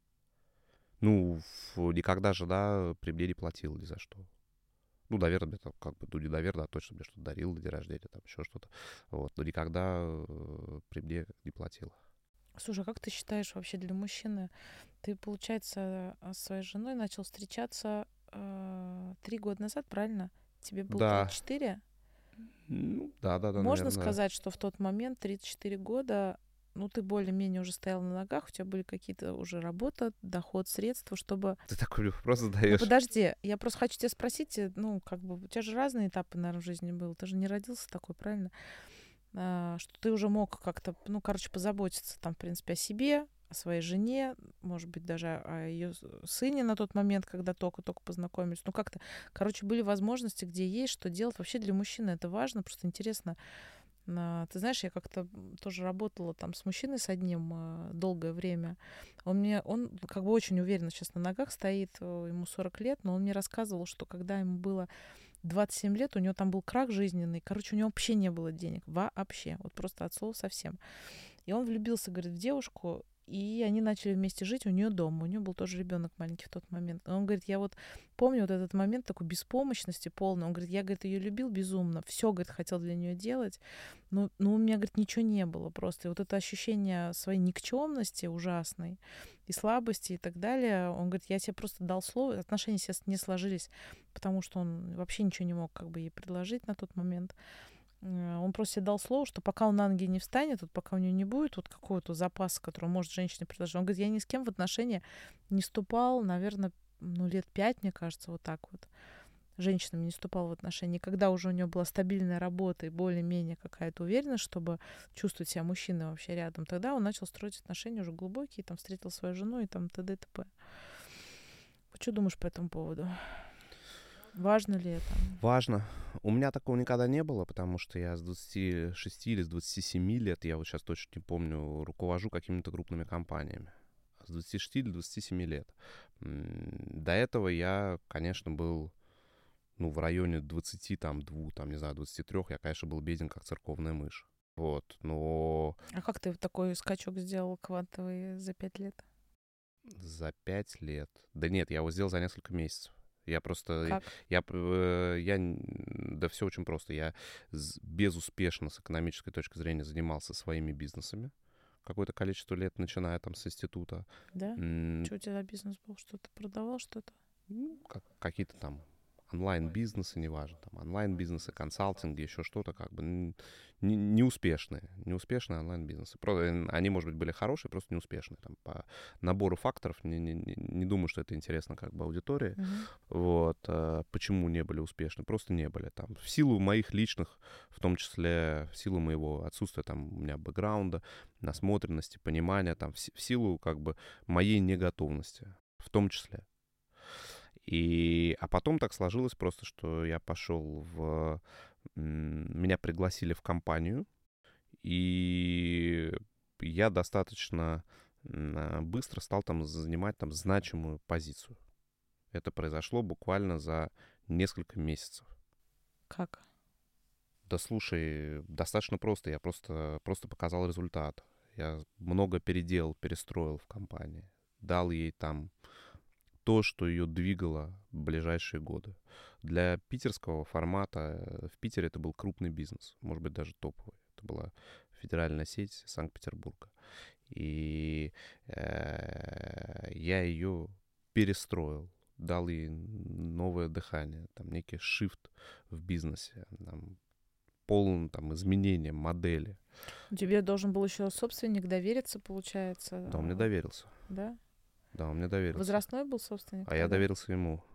Speaker 2: Ну, ф- никогда жена при мне не платила ни за что. Ну, наверное, мне там как бы, ну, не наверное, а точно мне что-то дарил на день рождения, там еще что-то. Вот, но никогда э, при мне не платила.
Speaker 1: Слушай, а как ты считаешь вообще для мужчины? Ты, получается, а, с своей женой начал встречаться э, три года назад, правильно? Тебе было
Speaker 2: Да,
Speaker 1: тридцать четыре?
Speaker 2: ну, да, да, да,
Speaker 1: Можно
Speaker 2: наверное, да.
Speaker 1: сказать, что в тот момент, тридцать четыре года, ну, ты более-менее уже стоял на ногах, у тебя были какие-то уже работа, доход, средства, чтобы...
Speaker 2: Ты такой мне вопрос
Speaker 1: Ну,
Speaker 2: задаешь.
Speaker 1: подожди, я просто хочу тебя спросить, э, ну, как бы, у тебя же разные этапы, наверное, в жизни был, ты же не родился такой, правильно? А, что ты уже мог как-то, ну, короче, позаботиться там, в принципе, о себе, о своей жене, может быть, даже о ее сыне на тот момент, когда только-только познакомились. Ну, как-то, короче, были возможности, где есть, что делать. Вообще для мужчины это важно, просто интересно. А, Ты знаешь, я как-то м, тоже работала там с мужчиной с одним а, долгое время. Он мне, он как бы очень уверенно сейчас на ногах стоит, э, ему сорок лет, но он мне рассказывал, что когда ему было двадцать семь лет, у него там был крах жизненный. Короче, у него вообще не было денег. Вообще. Вот просто от слова совсем. И он влюбился, говорит, в девушку. И они начали вместе жить у нее дома. У нее был тоже ребенок маленький в тот момент. И он говорит, я вот помню вот этот момент такой беспомощности полной. Он говорит, я, говорит, ее любил безумно. Все, говорит, хотел для нее делать. Но, но у меня, говорит, ничего не было просто. И вот это ощущение своей никчемности ужасной и слабости и так далее. Он говорит, я себе просто дал слово. Отношения, естественно, не сложились, потому что он вообще ничего не мог как бы ей предложить на тот момент. Он просто себе дал слово, что пока он на ноги не встанет, вот пока у него не будет вот какого-то запаса, который он может женщине предложить. Он говорит, я ни с кем в отношения не вступал, наверное, ну, лет пять, мне кажется, вот так вот. Женщинами не вступал в отношения. И когда уже у него была стабильная работа и более-менее какая-то уверенность, чтобы чувствовать себя мужчиной вообще рядом, тогда он начал строить отношения уже глубокие, там встретил свою жену и там т.д. и т.п. Что думаешь по этому поводу? Важно ли это?
Speaker 2: Важно. У меня такого никогда не было, потому что я с двадцати шести или с двадцати семи лет, я вот сейчас точно не помню, руковожу какими-то крупными компаниями. С двадцати шести или двадцати семи лет. До этого я, конечно, был, ну, в районе двадцати, там, двух, там, не знаю, двадцати трёх, я, конечно, был беден, как церковная мышь. Вот, но...
Speaker 1: А как ты такой скачок сделал квантовый за пять лет?
Speaker 2: За пять лет? Да нет, я его сделал за несколько месяцев. Я просто...
Speaker 1: Как?
Speaker 2: Я, я, я, да все очень просто. Я безуспешно с экономической точки зрения занимался своими бизнесами какое-то количество лет, начиная там с института.
Speaker 1: Да?
Speaker 2: М-
Speaker 1: Что у тебя за бизнес был? Что ты продавал что-то?
Speaker 2: как, какие-то там онлайн-бизнесы, неважно, там онлайн-бизнесы, консалтинги, еще что-то, как бы н- не- неуспешные, неуспешные онлайн-бизнесы. Просто они, может быть, были хорошие, просто неуспешные. Там, по набору факторов не, не, не не думаю, что это интересно как бы аудитории.
Speaker 1: Мгм.
Speaker 2: Вот. а Почему не были успешны? Просто не были. Там, в силу моих личных, в том числе в силу моего отсутствия там у меня бэкграунда, насмотренности, понимания, там, в, си- в силу как бы моей неготовности в том числе. И, а потом так сложилось просто, что я пошел в... м, Меня пригласили в компанию, и я достаточно м, а, быстро стал там занимать там значимую позицию. Это произошло буквально за несколько месяцев.
Speaker 1: Как?
Speaker 2: Да слушай, достаточно просто. Я просто, просто показал результат. Я много переделал, перестроил в компании. Дал ей там то, что ее двигало в ближайшие годы. Для питерского формата, э, в Питере это был крупный бизнес, может быть, даже топовый. Это была федеральная сеть Санкт-Петербурга. И э, я ее перестроил, дал ей новое дыхание, там некий шифт в бизнесе, там, полное там, изменение модели.
Speaker 1: Тебе должен был еще собственник довериться, получается.
Speaker 2: Да, он мне
Speaker 1: а,
Speaker 2: доверился.
Speaker 1: Да?
Speaker 2: Да, он мне доверился.
Speaker 1: Возрастной был собственник
Speaker 2: А я
Speaker 1: тогда?
Speaker 2: доверился ему.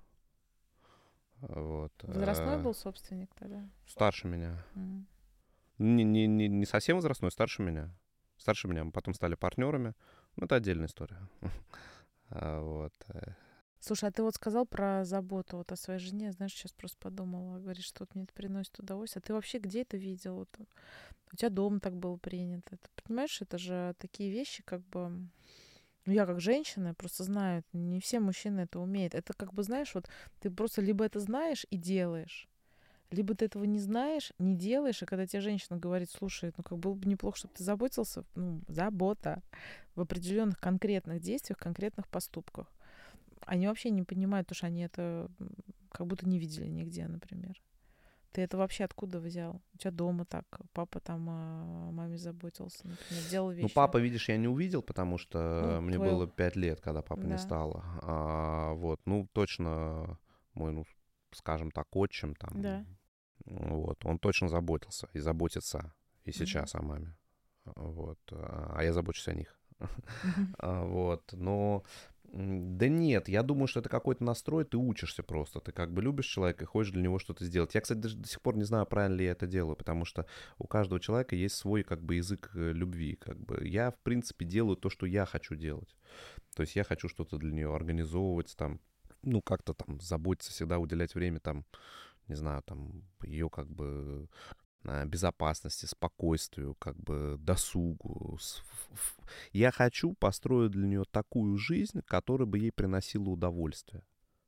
Speaker 2: Вот.
Speaker 1: Возрастной
Speaker 2: э,
Speaker 1: был собственник тогда?
Speaker 2: Старше меня.
Speaker 1: М.
Speaker 2: Не, не, не, не совсем возрастной, старше меня. Старше меня. Мы потом стали партнерами. Ну, это отдельная история. А, Вот. э.
Speaker 1: Слушай, а ты вот сказал про заботу вот о своей жене. Знаешь, сейчас просто подумала. Говоришь, что вот мне это приносит удовольствие. А ты вообще где это видел? Вот, у тебя дома так было принято. Ты понимаешь, это же такие вещи, как бы... Ну, я как женщина просто знаю, не все мужчины это умеют. Это как бы, знаешь, вот ты просто либо это знаешь и делаешь, либо ты этого не знаешь, не делаешь, и когда тебе женщина говорит, слушай, ну как было бы неплохо, чтобы ты заботился, ну, забота в определенных конкретных действиях, конкретных поступках. Они вообще не понимают, потому что они это м, как будто не видели нигде, например. Ты это вообще откуда взял? У тебя дома так, папа там о маме заботился, например, делал
Speaker 2: Ну,
Speaker 1: вещи.
Speaker 2: папа, видишь, я не увидел, потому
Speaker 1: Ну,
Speaker 2: что мне
Speaker 1: твоего-
Speaker 2: было пять лет, когда папы не
Speaker 1: Да.
Speaker 2: стало. А, вот. Ну, точно мой, ну, скажем так, отчим там.
Speaker 1: Да.
Speaker 2: Вот. Он точно заботился и заботится и
Speaker 1: Мгм.
Speaker 2: сейчас о маме. Вот. А я забочусь о них.
Speaker 1: Мгм.
Speaker 2: А, Вот, но м, да нет, я думаю, что это какой-то настрой, ты учишься просто, ты как бы любишь человека и хочешь для него что-то сделать. Я, кстати, даже до сих пор не знаю, правильно ли я это делаю, потому что у каждого человека есть свой как бы язык э, любви, как бы. Я, в принципе, делаю то, что я хочу делать. То есть я хочу что-то для нее организовывать, там, ну, как-то там заботиться, всегда уделять время, там, не знаю, там, ее как бы а, безопасности, спокойствию, как бы досугу. С- ф- ф- Я хочу построить для нее такую жизнь, которая бы ей приносила удовольствие.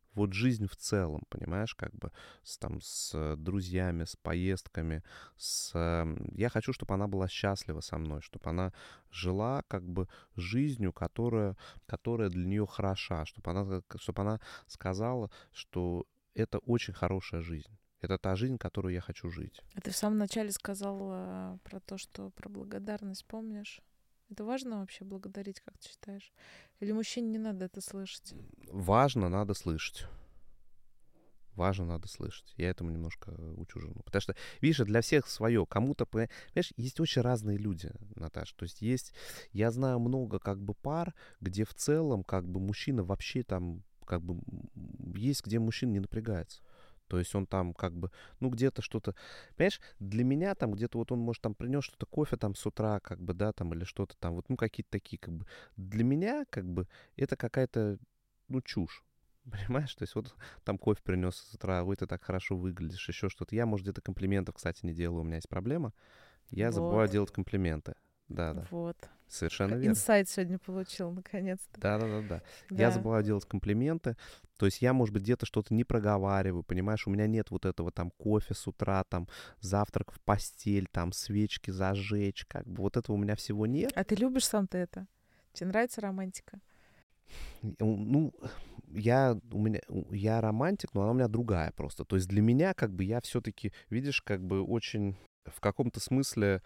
Speaker 2: вот жизнь в целом, понимаешь, как бы с, там, с друзьями, с поездками, с... эм, Я хочу, чтобы она была счастлива со мной, чтобы она жила как бы жизнью, которая, которая для нее хороша, чтобы она, чтобы она сказала, что это очень хорошая жизнь. Это та жизнь, которую я хочу жить.
Speaker 1: А ты в самом начале сказал а, про то, что про благодарность, помнишь? Это важно вообще благодарить, как ты считаешь? Или мужчине не надо это слышать?
Speaker 2: Важно, надо слышать. Важно, надо слышать. Я этому немножко учу жену. Потому что, видишь, для всех свое. Кому-то, понимаешь, есть очень разные люди, Наташа. То есть есть, я знаю много как бы пар, где в целом как бы мужчина вообще там, как бы, м, есть, где мужчина не напрягается. То есть он там как бы, ну где-то что-то, понимаешь, для меня там где-то вот он может там принес что-то кофе там с утра, как бы, да, там или что-то там, вот, ну какие-то такие как бы. Для меня как бы это какая-то, ну, чушь. Понимаешь, то есть вот там кофе принес с утра, ой, ты так хорошо выглядишь, еще что-то. Я, может, где-то комплиментов, кстати, не делаю, у меня есть проблема. Я забываю
Speaker 1: Вот,
Speaker 2: делать комплименты. Да-да,
Speaker 1: вот.
Speaker 2: совершенно верно.
Speaker 1: Инсайт сегодня получил, наконец-то.
Speaker 2: Да-да-да-да. Я
Speaker 1: Да.
Speaker 2: забываю делать комплименты. То есть я, может быть, где-то что-то не проговариваю, понимаешь? У меня нет вот этого там кофе с утра, там завтрак в постель, там свечки зажечь, как бы вот этого у меня всего нет.
Speaker 1: А ты любишь сам-то это? Тебе нравится романтика?
Speaker 2: Ну, я, у меня, у- я романтик, но она у меня другая просто. То есть для меня, как бы, я все-таки, видишь, как бы очень в каком-то смысле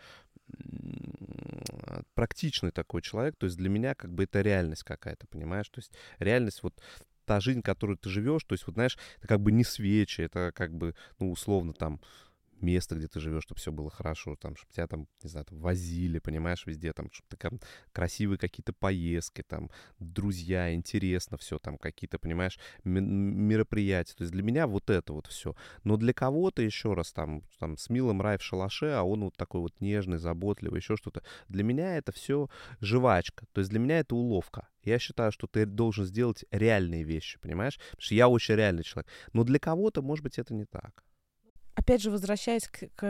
Speaker 2: м, практичный такой человек. То есть для меня, как бы, это реальность какая-то, понимаешь? То есть реальность вот та жизнь, которую ты живешь, то есть, вот знаешь, это как бы не свечи, это как бы, ну, условно, там, место, где ты живешь, чтобы все было хорошо, там, чтобы тебя там, не знаю, там, возили, понимаешь, везде, там, чтобы ты там, красивые какие-то поездки, там, друзья, интересно все, там, какие-то, понимаешь, м- мероприятия. То есть для меня вот это вот все. Но для кого-то, еще раз, там, там, с милым рай в шалаше, а он вот такой вот нежный, заботливый, еще что-то. Для меня это все жвачка. То есть для меня это уловка. Я считаю, что ты должен сделать реальные вещи, понимаешь? Потому что я очень реальный человек. Но для кого-то, может быть, это не так.
Speaker 1: Опять же, возвращаясь к, к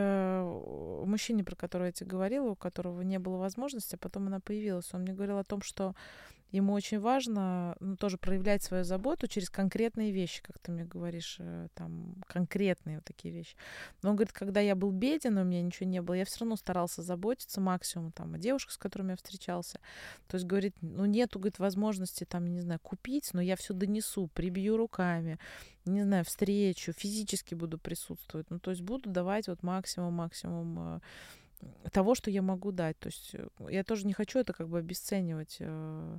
Speaker 1: э, мужчине, про которого я тебе говорила, у которого не было возможности, а потом она появилась. Он мне говорил о том, что ему очень важно, ну, тоже проявлять свою заботу через конкретные вещи, как ты мне говоришь, э, там, конкретные вот такие вещи. Но он говорит, когда я был беден, у меня ничего не было, я все равно старался заботиться максимум там о девушках, с которыми я встречался. То есть, говорит, ну, нету, говорит, возможности там, не знаю, купить, но я все донесу, прибью руками, не знаю, встречу, физически буду присутствовать. Ну, то есть буду давать вот максимум, максимум э, того, что я могу дать. То есть э, я тоже не хочу это как бы обесценивать. э,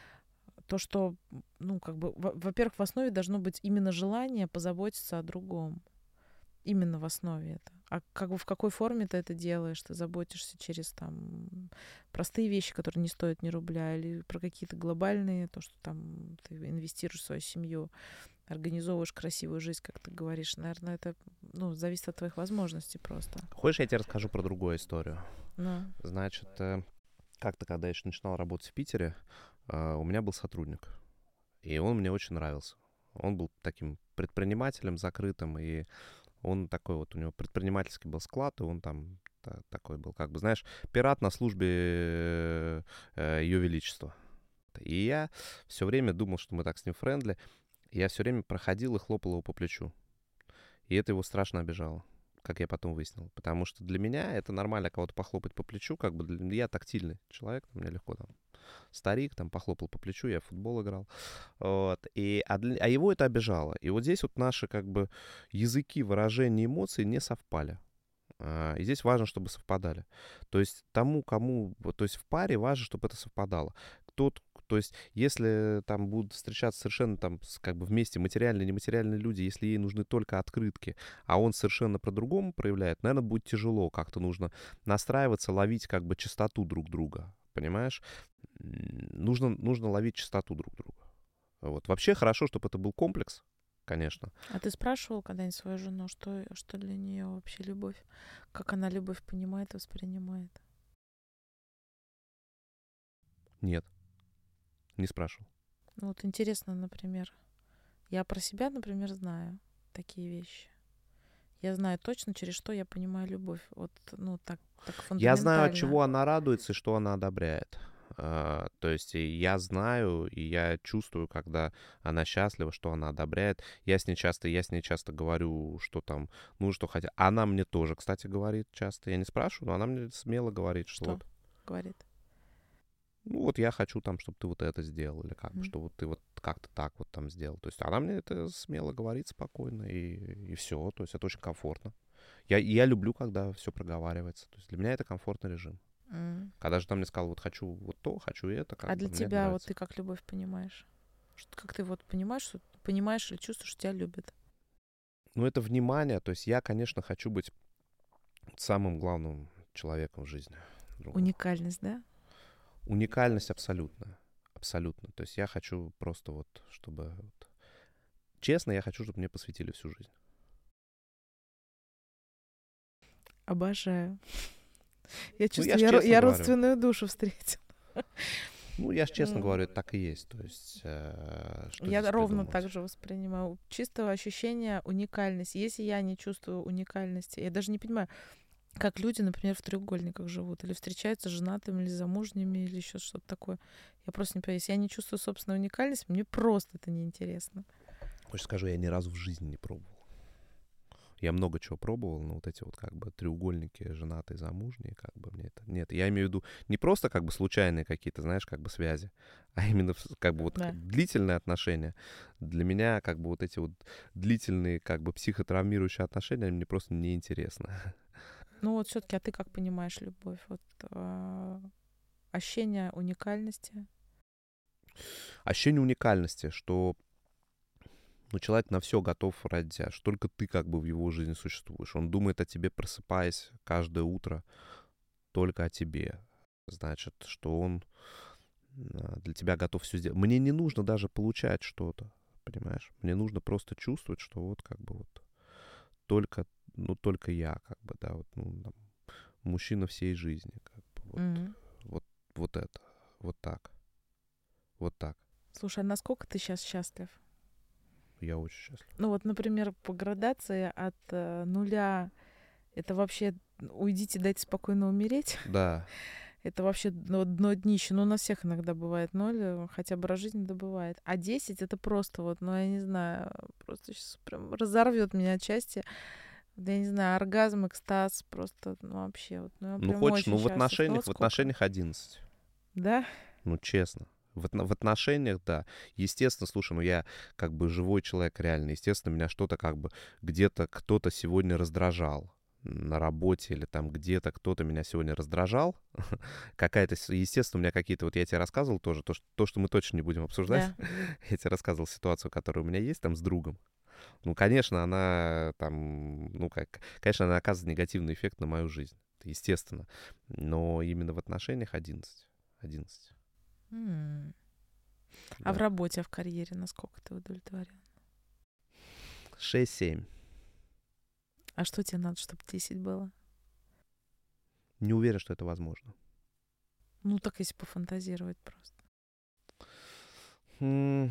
Speaker 1: То, что, ну, как бы, во- во-первых, в основе должно быть именно желание позаботиться о другом. Именно в основе это. А как бы в какой форме ты это делаешь? Ты заботишься через там простые вещи, которые не стоят ни рубля, или про какие-то глобальные, то, что там ты инвестируешь в свою семью, организовываешь красивую жизнь, как ты говоришь. Наверное, это, ну, зависит от твоих возможностей просто.
Speaker 2: Хочешь, я тебе расскажу про другую историю?
Speaker 1: Ну,
Speaker 2: Значит, э, как-то, когда я еще начинал работать в Питере, э, у меня был сотрудник, и он мне очень нравился. Он был таким предпринимателем закрытым, и он такой вот, у него предпринимательский был склад, и он там та- такой был, как бы, знаешь, пират на службе э, Ее Величества. И я все время думал, что мы так с ним френдли. И я все время проходил и хлопал его по плечу. И это его страшно обижало, как я потом выяснил. Потому что для меня это нормально кого-то похлопать по плечу, как бы для... я тактильный человек, мне легко там. Старик там похлопал по плечу, я в футбол играл. Вот. И, а, для- а его это обижало. И вот здесь вот наши как бы языки выражения эмоций не совпали. А, И здесь важно, чтобы совпадали. То есть тому, кому, вот, то есть в паре важно, чтобы это совпадало. Тот, то есть если там будут встречаться совершенно там с- как бы вместе материальные и нематериальные люди, если ей нужны только открытки, а он совершенно про-другому проявляет, наверное, будет тяжело. Как-то нужно настраиваться, ловить как бы частоту друг друга. Понимаешь? М, Нужно, нужно ловить частоту друг друга. Вот. Вообще хорошо, чтобы это был комплекс, конечно.
Speaker 1: а ты спрашивал когда-нибудь свою жену, что, что для нее вообще любовь? Как она любовь понимает и воспринимает?
Speaker 2: Нет, не спрашивал.
Speaker 1: Ну, вот интересно, например, я про себя, например, знаю такие вещи. Я знаю точно, через что я понимаю любовь. Вот, ну, так, так
Speaker 2: Я знаю, от
Speaker 1: фундаментально.
Speaker 2: чего она радуется и что она одобряет. А, То есть и я знаю, и я чувствую, когда она счастлива, что она одобряет. Я с ней часто, я с ней часто говорю, что там, ну, что хотя. Она мне тоже, кстати, говорит часто. Я не спрашиваю, но она мне смело говорит, что
Speaker 1: Что
Speaker 2: вот,
Speaker 1: говорит?
Speaker 2: ну, вот я хочу там, чтобы ты вот это сделал, или как бы,
Speaker 1: Мгм.
Speaker 2: что вот ты вот как-то так вот там сделал. То есть она мне это смело говорит спокойно, и, и все. То есть это очень комфортно. Я, и я люблю, когда все проговаривается. То есть для меня это комфортный режим.
Speaker 1: М.
Speaker 2: Когда же там мне сказал, вот хочу вот то, хочу это, как
Speaker 1: А
Speaker 2: бы
Speaker 1: для
Speaker 2: мне
Speaker 1: тебя вот
Speaker 2: нравится.
Speaker 1: ты как любовь понимаешь? Что- Как ты вот понимаешь, что понимаешь или чувствуешь, что тебя любят?
Speaker 2: Ну, это внимание. То есть я, конечно, хочу быть самым главным человеком в жизни другого.
Speaker 1: Уникальность, да?
Speaker 2: Уникальность абсолютная. Абсолютно. То есть я хочу просто вот, чтобы... вот- Честно, я хочу, чтобы мне посвятили всю жизнь.
Speaker 1: Обожаю. Я
Speaker 2: Ну, я
Speaker 1: чувствую,
Speaker 2: ж
Speaker 1: я, ро-
Speaker 2: честно
Speaker 1: я
Speaker 2: говорю.
Speaker 1: родственную душу встретила.
Speaker 2: Ну, я же честно
Speaker 1: М.
Speaker 2: говорю, это так и есть. То есть, э, что
Speaker 1: Я
Speaker 2: здесь
Speaker 1: ровно
Speaker 2: придумывать?
Speaker 1: так же воспринимаю. Чистого ощущения уникальности. Если я не чувствую уникальности, я даже не понимаю, как люди, например, в треугольниках живут, или встречаются с женатыми, или замужними, или еще что-то такое. Я просто не понимаю. Если я не чувствую собственную уникальность, мне просто это неинтересно.
Speaker 2: Хочешь скажу, я ни разу в жизни не пробовал. Я много чего пробовал, но вот эти вот как бы треугольники женатые, замужние, как бы мне это... Нет, я имею в виду не просто как бы случайные какие-то, знаешь, как бы связи, а именно в- как бы вот
Speaker 1: Да.
Speaker 2: как длительные отношения. Для меня как бы вот эти вот длительные как бы психотравмирующие отношения, они мне просто неинтересны.
Speaker 1: Ну вот все-таки, а ты как понимаешь любовь? Вот а, ощущение уникальности.
Speaker 2: Ощущение уникальности, что ну, человек на все готов ради тебя, что только ты как бы в его жизни существуешь. Он думает о тебе, просыпаясь каждое утро, только о тебе. Значит, что он а, для тебя готов все сделать. Мне не нужно даже получать что-то, понимаешь? Мне нужно просто чувствовать, что вот как бы вот только, ну, только я, как бы, да, вот, ну, там, мужчина всей жизни, как бы, вот,
Speaker 1: Мгм.
Speaker 2: вот, вот это, вот так, вот так.
Speaker 1: Слушай, а насколько ты сейчас счастлив?
Speaker 2: Я очень счастлив.
Speaker 1: Ну вот, например, по градации от э, нуля это вообще уйдите, дайте спокойно умереть.
Speaker 2: Да,
Speaker 1: Это вообще дно, дно днище. Ну, у нас всех иногда бывает ноль, э, хотя бы раз в жизни добывает. А десять это просто вот, ну, я не знаю, просто сейчас прям разорвет меня отчасти. Да, я не знаю, оргазм, экстаз, просто, ну, вообще, вот, ну, я
Speaker 2: ну
Speaker 1: прям
Speaker 2: хочешь,
Speaker 1: очень
Speaker 2: ну в
Speaker 1: счастлив. Ну,
Speaker 2: отношениях,
Speaker 1: вот
Speaker 2: в
Speaker 1: сколько?
Speaker 2: отношениях одиннадцать.
Speaker 1: Да?
Speaker 2: Ну, честно. В, отно- в отношениях, да. Естественно, слушай, ну я как бы живой человек реально. Естественно, меня что-то как бы где-то кто-то сегодня раздражал на работе или там где-то кто-то меня сегодня раздражал. Какая-то, с- естественно, у меня какие-то, вот я тебе рассказывал тоже, то, что, то, что мы точно не будем обсуждать.
Speaker 1: Да.
Speaker 2: Я тебе рассказывал ситуацию, которая у меня есть там с другом. Ну, конечно, она там, ну, как, конечно, она оказывает негативный эффект на мою жизнь. Это естественно. Но именно в отношениях одиннадцать. одиннадцать.
Speaker 1: М. А в
Speaker 2: Да.
Speaker 1: работе, а в карьере насколько ты удовлетворен?
Speaker 2: шесть-семь.
Speaker 1: А что тебе надо, чтобы десять было?
Speaker 2: Не уверен, что это возможно.
Speaker 1: Ну, так если пофантазировать просто.
Speaker 2: М,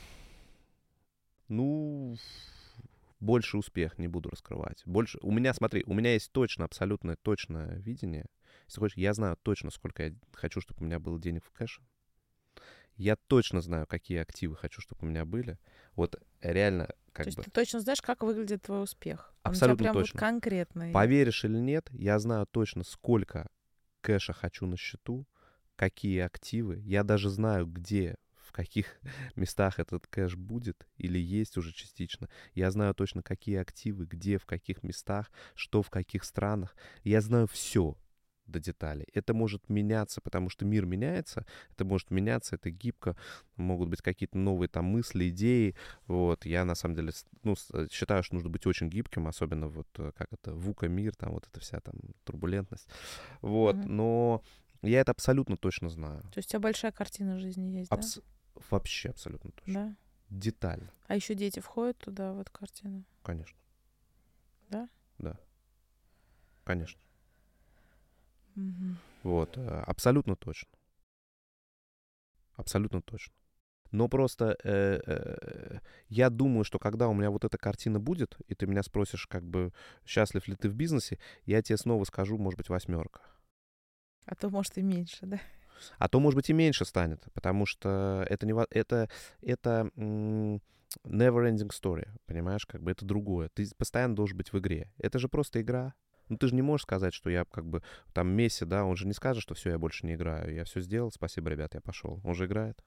Speaker 2: Ну, больше успех не буду раскрывать. Больше... У меня, смотри, у меня есть точно, абсолютно точное видение. Если хочешь, я знаю точно, сколько я хочу, чтобы у меня было денег в кэше. Я точно знаю, какие активы хочу, чтобы у меня были. Вот реально,
Speaker 1: То
Speaker 2: как
Speaker 1: есть
Speaker 2: бы,
Speaker 1: ты точно знаешь, как выглядит твой успех? Он у тебя
Speaker 2: абсолютно
Speaker 1: прям вот
Speaker 2: точно.
Speaker 1: конкретно есть.
Speaker 2: Поверишь или нет, я знаю точно, сколько кэша хочу на счету, какие активы. Я даже знаю, где, в каких местах этот кэш будет или есть уже частично. Я знаю точно, какие активы, где, в каких местах, что в каких странах. Я знаю все до деталей. Это может меняться, потому что мир меняется, это может меняться, это гибко, могут быть какие-то новые там мысли, идеи. Вот, я на самом деле с- ну, с- считаю, что нужно быть очень гибким, особенно вот э, как это, вука мир, там вот эта вся там турбулентность. Вот,
Speaker 1: Мгм.
Speaker 2: но я это абсолютно точно знаю.
Speaker 1: То есть у тебя большая картина жизни есть, да?
Speaker 2: Абс- Вообще абсолютно точно.
Speaker 1: Да.
Speaker 2: Детально,
Speaker 1: А еще дети входят туда, в эту картину?
Speaker 2: конечно.
Speaker 1: Да?
Speaker 2: Да, конечно.
Speaker 1: Мгм.
Speaker 2: Вот, э, абсолютно точно. Абсолютно точно. Но просто э, э, я думаю, что когда у меня вот эта картина будет, и ты меня спросишь, как бы, счастлив ли ты в бизнесе, я тебе снова скажу, может быть, восьмерка.
Speaker 1: А то, может, и меньше, да?
Speaker 2: А то, может быть, и меньше станет, потому что это, не, во- это, это м, never-ending story, понимаешь, как бы это другое. Ты постоянно должен быть в игре. Это же просто игра. Ну, ты же не можешь сказать, что я как бы там Месси, да, он же не скажет, что все, я больше не играю. Я все сделал, спасибо, ребят, я пошел. Он же играет.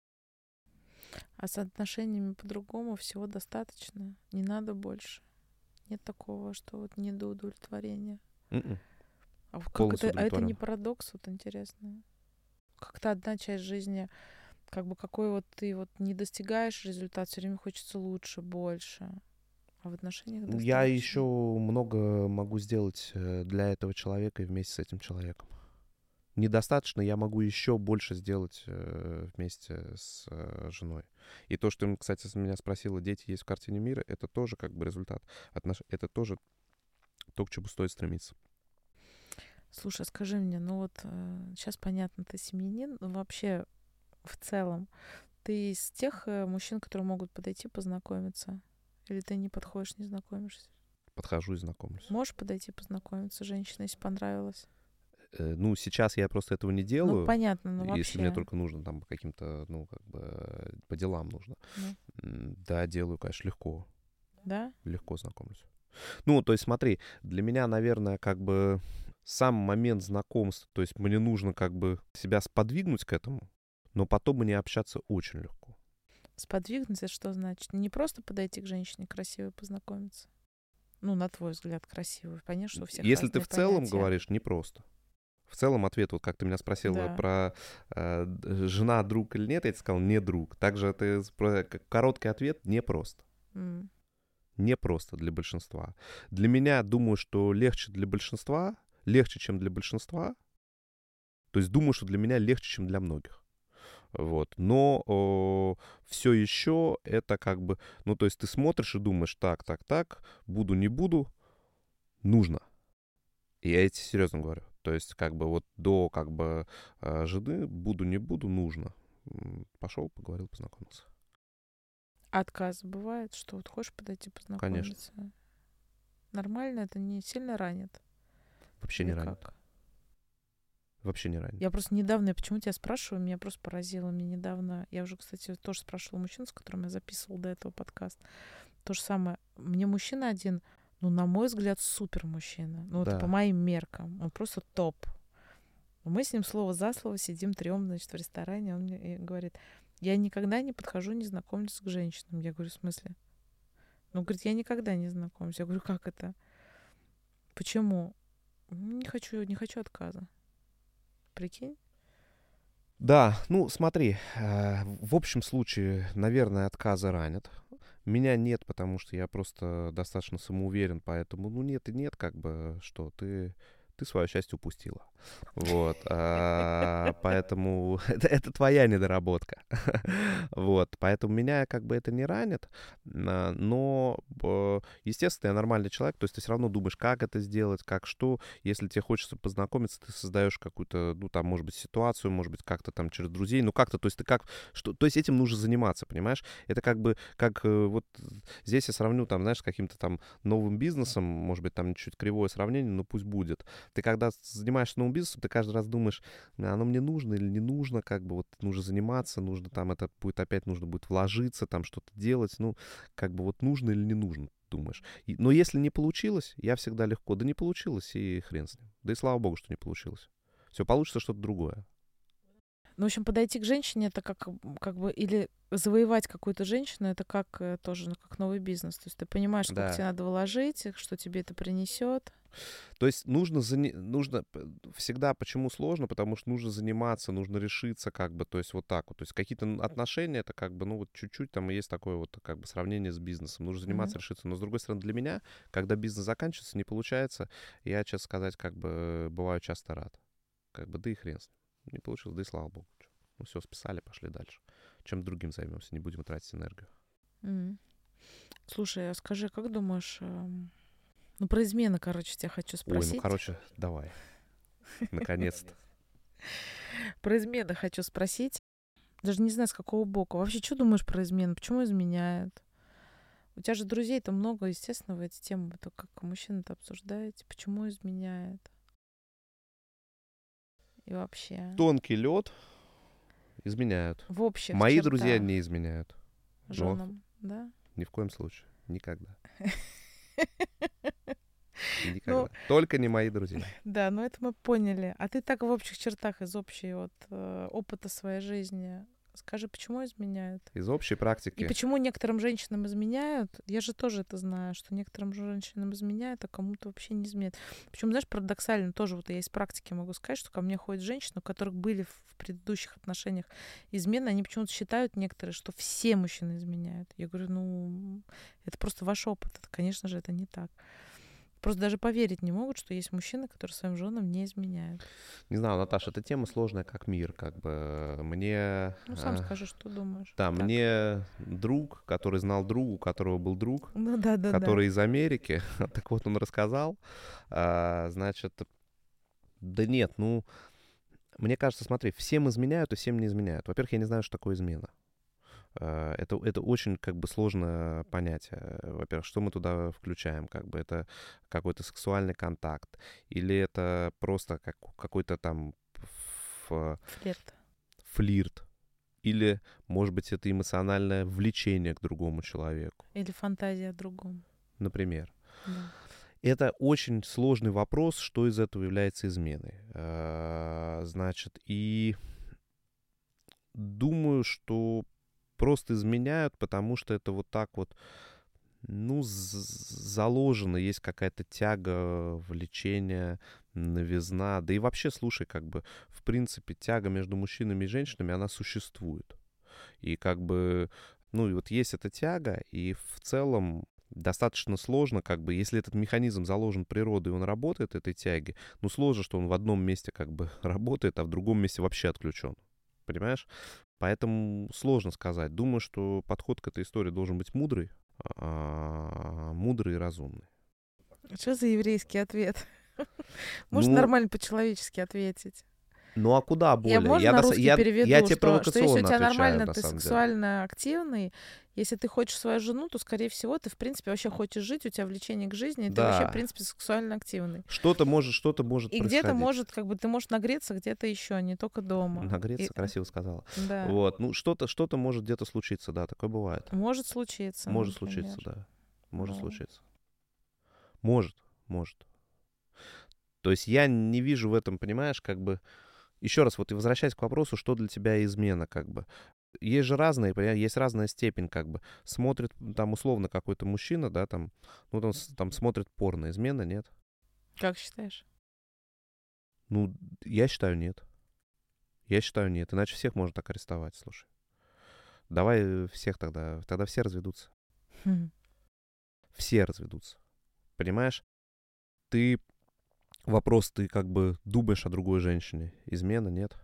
Speaker 1: А с отношениями по-другому всего достаточно. Не надо больше. Нет такого, что вот не до удовлетворения.
Speaker 2: М-м.
Speaker 1: А вот как это,
Speaker 2: Полностью
Speaker 1: а это не
Speaker 2: удовлетворен.
Speaker 1: парадокс, вот интересно. Как-то одна часть жизни, как бы какой вот ты вот не достигаешь результат, все время хочется лучше, больше. А в отношениях
Speaker 2: Ну, я еще
Speaker 1: достаточно.
Speaker 2: много могу сделать э, для этого человека и вместе с этим человеком. Недостаточно, я могу еще больше сделать э, вместе с э, женой. И то, что, кстати, с меня спросила, дети есть в картине мира, это тоже как бы результат. Отнош... Это тоже то, к чему стоит стремиться.
Speaker 1: Слушай, скажи мне, ну вот э, сейчас понятно, ты семьянин, но вообще в целом ты из тех э, мужчин, которые могут подойти познакомиться? Или ты не подходишь, не знакомишься?
Speaker 2: Подхожу и знакомлюсь.
Speaker 1: Можешь подойти познакомиться с женщиной, если понравилось?
Speaker 2: Э, ну, сейчас я просто этого не
Speaker 1: Ну,
Speaker 2: делаю,
Speaker 1: понятно, но
Speaker 2: если мне
Speaker 1: вообще.
Speaker 2: только нужно там по каким-то, ну, как бы э, по делам нужно.
Speaker 1: Ну,
Speaker 2: М, Да, делаю, конечно, легко.
Speaker 1: да?
Speaker 2: Легко знакомлюсь. Ну, то есть смотри, для меня, наверное, как бы сам момент знакомства, то есть мне нужно как бы себя сподвигнуть к этому, но потом мне общаться очень легко.
Speaker 1: Сподвигнуть, это что значит? Не просто подойти к женщине красивой познакомиться. Ну, на твой взгляд, красивой. Понятно, что у всех
Speaker 2: Если ты
Speaker 1: разные
Speaker 2: в целом
Speaker 1: понятия.
Speaker 2: говоришь, непросто. В целом ответ, вот как ты меня спросила
Speaker 1: Да.
Speaker 2: про э, д- жена, друг или нет, я тебе сказал, не друг. Также ты спро- к- короткий ответ, непросто.
Speaker 1: М.
Speaker 2: Непросто для большинства. Для меня, думаю, что легче для большинства, легче, чем для большинства. То есть думаю, что для меня легче, чем для многих. Вот. Но все еще это как бы, ну, то есть ты смотришь и думаешь, так, так, так, буду, не буду, нужно. И я эти серьезно говорю. То есть как бы вот до как бы э, жены буду, не буду, нужно. М, Пошел, поговорил, познакомился.
Speaker 1: Отказ бывает, что вот хочешь подойти
Speaker 2: Конечно.
Speaker 1: познакомиться. Нормально, это не сильно ранит?
Speaker 2: Вообще
Speaker 1: Или
Speaker 2: не ранит.
Speaker 1: как?
Speaker 2: Вообще не ранит.
Speaker 1: Я просто недавно, я почему тебя спрашиваю, меня просто поразило. Мне недавно, я уже, кстати, тоже спрашивала мужчин, с которым я записывала до этого подкаст. То же самое. Мне мужчина один, ну, на мой взгляд, супер мужчина. Ну, это по
Speaker 2: Да.
Speaker 1: моим меркам. Он просто топ. Мы с ним слово за слово сидим трем, значит, в ресторане. Он мне и говорит, я никогда не подхожу, не знакомлюсь к женщинам. Я говорю, в смысле? Ну, говорит, я никогда не знакомлюсь. Я говорю, как это? Почему? «Ну, не хочу, не хочу отказа. Прикинь?
Speaker 2: Да, ну смотри, э, в общем случае, наверное, отказы ранят. Меня нет, потому что я просто достаточно самоуверен, поэтому, ну, нет и нет, как бы, что ты, ты свое счастье упустила. Вот, а, поэтому это, это твоя недоработка. Вот, поэтому меня как бы это не ранит, на- но, э, естественно, я нормальный человек, то есть ты все равно думаешь, как это сделать, как что. Если тебе хочется познакомиться, ты создаешь какую-то, ну, там, может быть, ситуацию, может быть, как-то там через друзей, ну, как-то, то есть ты как, что, то есть этим нужно заниматься, понимаешь? Это как бы, как э, вот здесь я сравню, там, знаешь, с каким-то там новым бизнесом, может быть, там чуть кривое сравнение, но пусть будет. Ты когда занимаешься новым бизнесом, ты каждый раз думаешь, «А оно мне нужно или не нужно, как бы вот нужно заниматься, нужно там это будет опять нужно будет вложиться, там что-то делать, ну, как бы вот нужно или не нужно, думаешь. И- но если не получилось, я всегда легко, да не получилось, и хрен с ним. Да и слава богу, что не получилось. Все, получится что-то другое.
Speaker 1: Ну, в общем, подойти к женщине, это как, м, как бы, или завоевать какую-то женщину, это как э, тоже, ну, как новый бизнес. То есть ты понимаешь, сколько
Speaker 2: Да.
Speaker 1: тебе надо вложить, что тебе это принесет.
Speaker 2: То есть нужно, зане- нужно п- всегда, почему сложно, потому что нужно заниматься, нужно решиться, как бы, то есть вот так вот. То есть какие-то н- отношения, это как бы, ну вот чуть-чуть там есть такое вот как бы сравнение с бизнесом. Нужно заниматься, решиться. Но с другой стороны, для меня, когда бизнес заканчивается, не получается, я, честно сказать, как бы бываю часто рад. Как бы, да и хрен с ним. Не получилось, да и слава богу. Чё. Ну все, списали, пошли дальше. Чем другим займемся, не будем тратить энергию.
Speaker 1: М. Слушай, а скажи, как думаешь, эм, ну, про измены, короче, тебя хочу
Speaker 2: Ой, ну
Speaker 1: спросить.
Speaker 2: короче, давай. Наконец-то.
Speaker 1: Про измены хочу спросить. Даже не знаю, с какого боку. Вообще, что думаешь про измены? Почему изменяют? У тебя же друзей-то много, естественно, в эти темы. Вы как мужчины-то обсуждаете. Почему изменяют? И вообще.
Speaker 2: Тонкий лед изменяют.
Speaker 1: В общих
Speaker 2: Мои
Speaker 1: чертах.
Speaker 2: друзья не изменяют.
Speaker 1: Женам, да?
Speaker 2: Ни в коем случае. Никогда.
Speaker 1: Ну,
Speaker 2: Никогда. Только не мои друзья.
Speaker 1: да, ну это мы поняли. А ты так в общих чертах из общей вот э, опыта своей жизни скажи, почему изменяют?
Speaker 2: Из общей
Speaker 1: И
Speaker 2: практики.
Speaker 1: почему некоторым женщинам изменяют? Я же тоже это знаю, что некоторым женщинам изменяют, а кому-то вообще не изменяют. Причем, знаешь, парадоксально тоже вот я из практики могу сказать, что ко мне ходят женщины, у которых были в предыдущих отношениях измены, они почему-то считают некоторые, что все мужчины изменяют. Я говорю, ну, это просто ваш опыт. Это, конечно же, это не так. Просто даже поверить не могут, что есть мужчины, которые своим женам не изменяют.
Speaker 2: Не знаю, Наташа, эта тема сложная как мир, как бы. Мне...
Speaker 1: Ну, сам
Speaker 2: а,
Speaker 1: скажи, что думаешь.
Speaker 2: Да,
Speaker 1: Так.
Speaker 2: мне друг, который знал друга, у которого был друг,
Speaker 1: Ну да, да,
Speaker 2: который
Speaker 1: да.
Speaker 2: из Америки, так вот он рассказал, а, значит, да нет, ну, мне кажется, смотри, всем изменяют и всем не изменяют. Во-первых, я не знаю, что такое измена. А, Это, это очень как бы сложное понятие. Во-первых, что мы туда включаем? Как бы это какой-то сексуальный контакт? Или это просто как, какой-то там ф-
Speaker 1: Флирт.
Speaker 2: флирт? Или, может быть, это эмоциональное влечение к другому человеку,
Speaker 1: Или фантазия о другом.
Speaker 2: например.
Speaker 1: Да.
Speaker 2: Это очень сложный вопрос, что из этого является изменой. А, Значит, и думаю, что просто изменяют, потому что это вот так вот, ну, з- заложено, есть какая-то тяга, влечение, новизна. Да и вообще, слушай, как бы, в принципе, тяга между мужчинами и женщинами, она существует. И как бы, ну, и вот есть эта тяга, и в целом достаточно сложно, как бы, если этот механизм заложен природой, и он работает, этой тяги, ну, сложно, что он в одном месте как бы работает, а в другом месте вообще отключен. Понимаешь? Поэтому сложно сказать. Думаю, что подход к этой истории должен быть мудрый, а, мудрый и разумный.
Speaker 1: Что за еврейский ответ? Можно
Speaker 2: Ну,
Speaker 1: нормально по-человечески ответить.
Speaker 2: ну а куда
Speaker 1: Я
Speaker 2: более?
Speaker 1: можно
Speaker 2: Я,
Speaker 1: на
Speaker 2: на с-
Speaker 1: русский
Speaker 2: я,
Speaker 1: переведу,
Speaker 2: я тебе
Speaker 1: что, что если у
Speaker 2: провокационно
Speaker 1: тебя
Speaker 2: отвечаю,
Speaker 1: нормально,
Speaker 2: на
Speaker 1: ты
Speaker 2: самом деле.
Speaker 1: сексуально активный, если ты хочешь свою жену, то, скорее всего, ты, в принципе, вообще хочешь жить, у тебя влечение к жизни, и ты вообще, в
Speaker 2: Да.
Speaker 1: принципе, сексуально активный.
Speaker 2: Что-то может, что-то может
Speaker 1: И
Speaker 2: происходить.
Speaker 1: где-то может, как бы, ты можешь нагреться где-то еще, не только дома.
Speaker 2: Нагреться,
Speaker 1: И-
Speaker 2: красиво сказала.
Speaker 1: Да.
Speaker 2: Вот, ну что-то, что-то может где-то случиться, да, такое бывает.
Speaker 1: Может случиться,
Speaker 2: Может
Speaker 1: например.
Speaker 2: случиться, да. Может
Speaker 1: Ну.
Speaker 2: случиться. Может, может. То есть я не вижу в этом, понимаешь, как бы... Еще раз, вот и возвращаясь к вопросу, что для тебя измена, как бы. Есть же разные, понимаешь, есть разная степень, как бы. Смотрит, там, условно, какой-то мужчина, да, там, ну, там, с- там смотрит порно, измена, нет?
Speaker 1: Как считаешь?
Speaker 2: Ну, я считаю, нет. Я считаю, нет. Иначе всех можно так арестовать, слушай. Давай э, всех тогда, тогда все разведутся.
Speaker 1: Хм.
Speaker 2: Все разведутся. Понимаешь? Ты, вопрос, ты как бы думаешь о другой женщине. Измена, нет?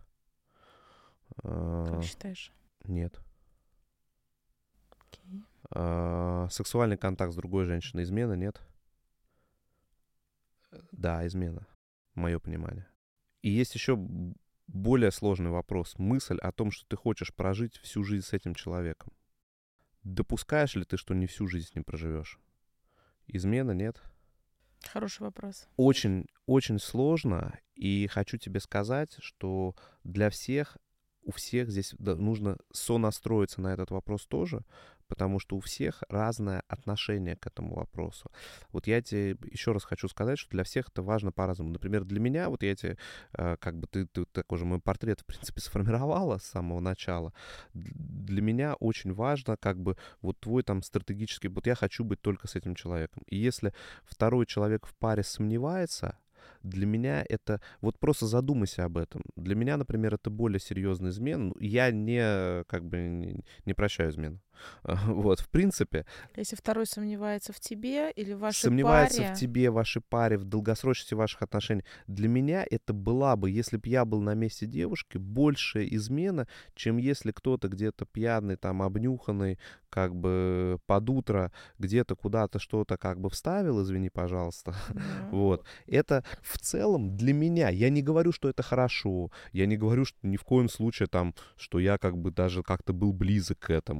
Speaker 2: А,
Speaker 1: Как считаешь?
Speaker 2: Нет.
Speaker 1: Окей.
Speaker 2: А, Сексуальный контакт с другой женщиной, измена, нет? Да, измена. Мое понимание. И есть еще б- более сложный вопрос. Мысль о том, что ты хочешь прожить всю жизнь с этим человеком. Допускаешь ли ты, что не всю жизнь с ним проживешь? Измена, нет?
Speaker 1: Хороший вопрос.
Speaker 2: Очень, очень сложно, и хочу тебе сказать, что для всех, у всех здесь да, нужно сонастроиться на этот вопрос тоже, потому что у всех разное отношение к этому вопросу. Вот я тебе еще раз хочу сказать, что для всех это важно по-разному. Например, для меня, вот я тебе, э, как бы ты, ты такой же мой портрет, в принципе, сформировала с самого начала. Д- Для меня очень важно, как бы, вот твой там стратегический, вот я хочу быть только с этим человеком. И если второй человек в паре сомневается, для меня это... Вот просто задумайся об этом. Для меня, например, это более серьезный измен. Ну, я не, как бы, не, не прощаю измену. Вот, в принципе,
Speaker 1: Если второй сомневается в тебе или в вашей
Speaker 2: сомневается
Speaker 1: паре,
Speaker 2: в тебе, вашей паре, в долгосрочности ваших отношений. Для меня это была бы, если бы я был на месте девушки, большая измена, чем если кто-то где-то пьяный, там, обнюханный, как бы под утро где-то куда-то что-то как бы вставил, извини, пожалуйста.
Speaker 1: да.
Speaker 2: Вот. Это в целом для меня. Я не говорю, что это хорошо. Я не говорю, что ни в коем случае там, что я как бы даже как-то был близок к этому.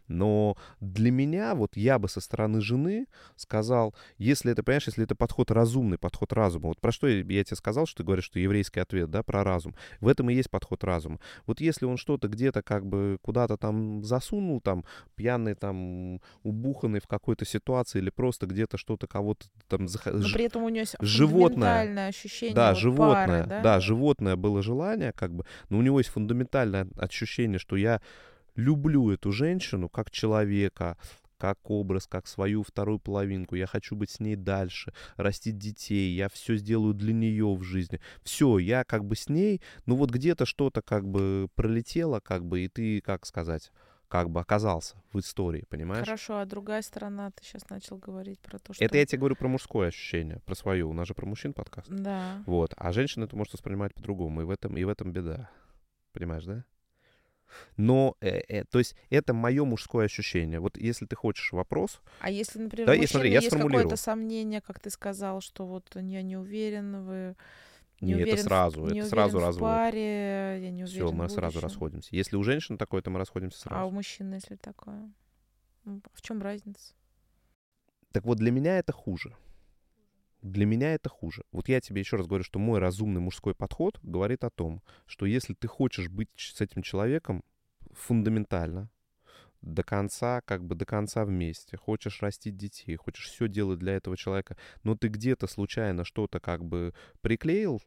Speaker 2: Но для меня, вот я бы со стороны жены сказал, если это, понимаешь, если это подход разумный, подход разума. Вот про что я, я тебе сказал, что ты говоришь, что еврейский ответ, да, про разум. В этом и есть подход разума. Вот если он что-то где-то как бы куда-то там засунул, там, пьяный, там, убуханный в какой-то ситуации или просто где-то что-то кого-то там... Зах...
Speaker 1: Но при этом у него есть
Speaker 2: животное.
Speaker 1: фундаментальное ощущение
Speaker 2: Да,
Speaker 1: вот
Speaker 2: животное,
Speaker 1: пары, да?
Speaker 2: да, животное было желание, как бы, но у него есть фундаментальное ощущение, что я люблю эту женщину как человека, как образ, как свою вторую половинку. Я хочу быть с ней дальше, растить детей. Я все сделаю для нее в жизни. Все, я как бы с ней, ну вот где-то что-то как бы пролетело, как бы, и ты, как сказать, как бы оказался в истории, понимаешь?
Speaker 1: Хорошо, а другая сторона, ты сейчас начал говорить про то, что...
Speaker 2: Это я тебе говорю про мужское ощущение, про свое. У нас же про мужчин подкаст.
Speaker 1: Да.
Speaker 2: Вот. А женщина это может воспринимать по-другому. И в этом, и в этом беда. Понимаешь, да? Но, э, э, то есть, это мое мужское ощущение. Вот если ты хочешь вопрос...
Speaker 1: А если, например,
Speaker 2: Да,
Speaker 1: у
Speaker 2: и
Speaker 1: мужчины
Speaker 2: смотри, я
Speaker 1: есть какое-то
Speaker 2: сформулирую.
Speaker 1: сомнение, как ты сказал, что вот я не уверен, вы не,
Speaker 2: Не, это
Speaker 1: уверен,
Speaker 2: сразу,
Speaker 1: в, не
Speaker 2: это
Speaker 1: уверен
Speaker 2: сразу
Speaker 1: в
Speaker 2: развод.
Speaker 1: паре, я не
Speaker 2: Все,
Speaker 1: уверен
Speaker 2: мы
Speaker 1: в
Speaker 2: сразу
Speaker 1: будущем.
Speaker 2: расходимся. Если у женщины такое, то мы расходимся
Speaker 1: А у
Speaker 2: сразу.
Speaker 1: мужчины, если такое? Ну, в чем разница?
Speaker 2: Так вот, для меня это хуже. Для меня это хуже. Вот я тебе еще раз говорю, что мой разумный мужской подход говорит о том, что если ты хочешь быть ч- с этим человеком фундаментально, до конца, как бы до конца вместе, хочешь растить детей, хочешь все делать для этого человека, но ты где-то случайно что-то как бы приклеил.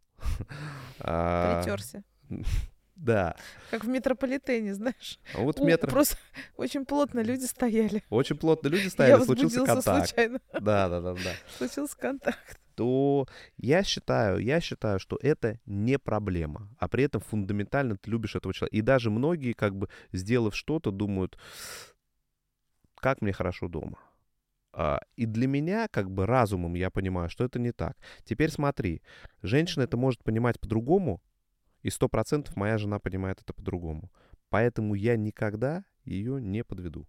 Speaker 2: а,
Speaker 1: Притерся.
Speaker 2: Да.
Speaker 1: Как в метрополитене, знаешь.
Speaker 2: А вот
Speaker 1: У-
Speaker 2: метро.
Speaker 1: Просто очень плотно люди стояли.
Speaker 2: Очень плотно люди
Speaker 1: Я
Speaker 2: стояли, случился
Speaker 1: возбудился
Speaker 2: контакт.
Speaker 1: случайно.
Speaker 2: Да, да, да, да.
Speaker 1: Случился контакт.
Speaker 2: То я считаю, я считаю, что это не проблема, а при этом фундаментально ты любишь этого человека. И даже многие, как бы, сделав что-то, думают, как мне хорошо дома. А, И для меня, как бы, разумом я понимаю, что это не так. Теперь смотри, женщина это может понимать по-другому, и сто процентов моя жена понимает это по-другому. Поэтому я никогда ее не подведу.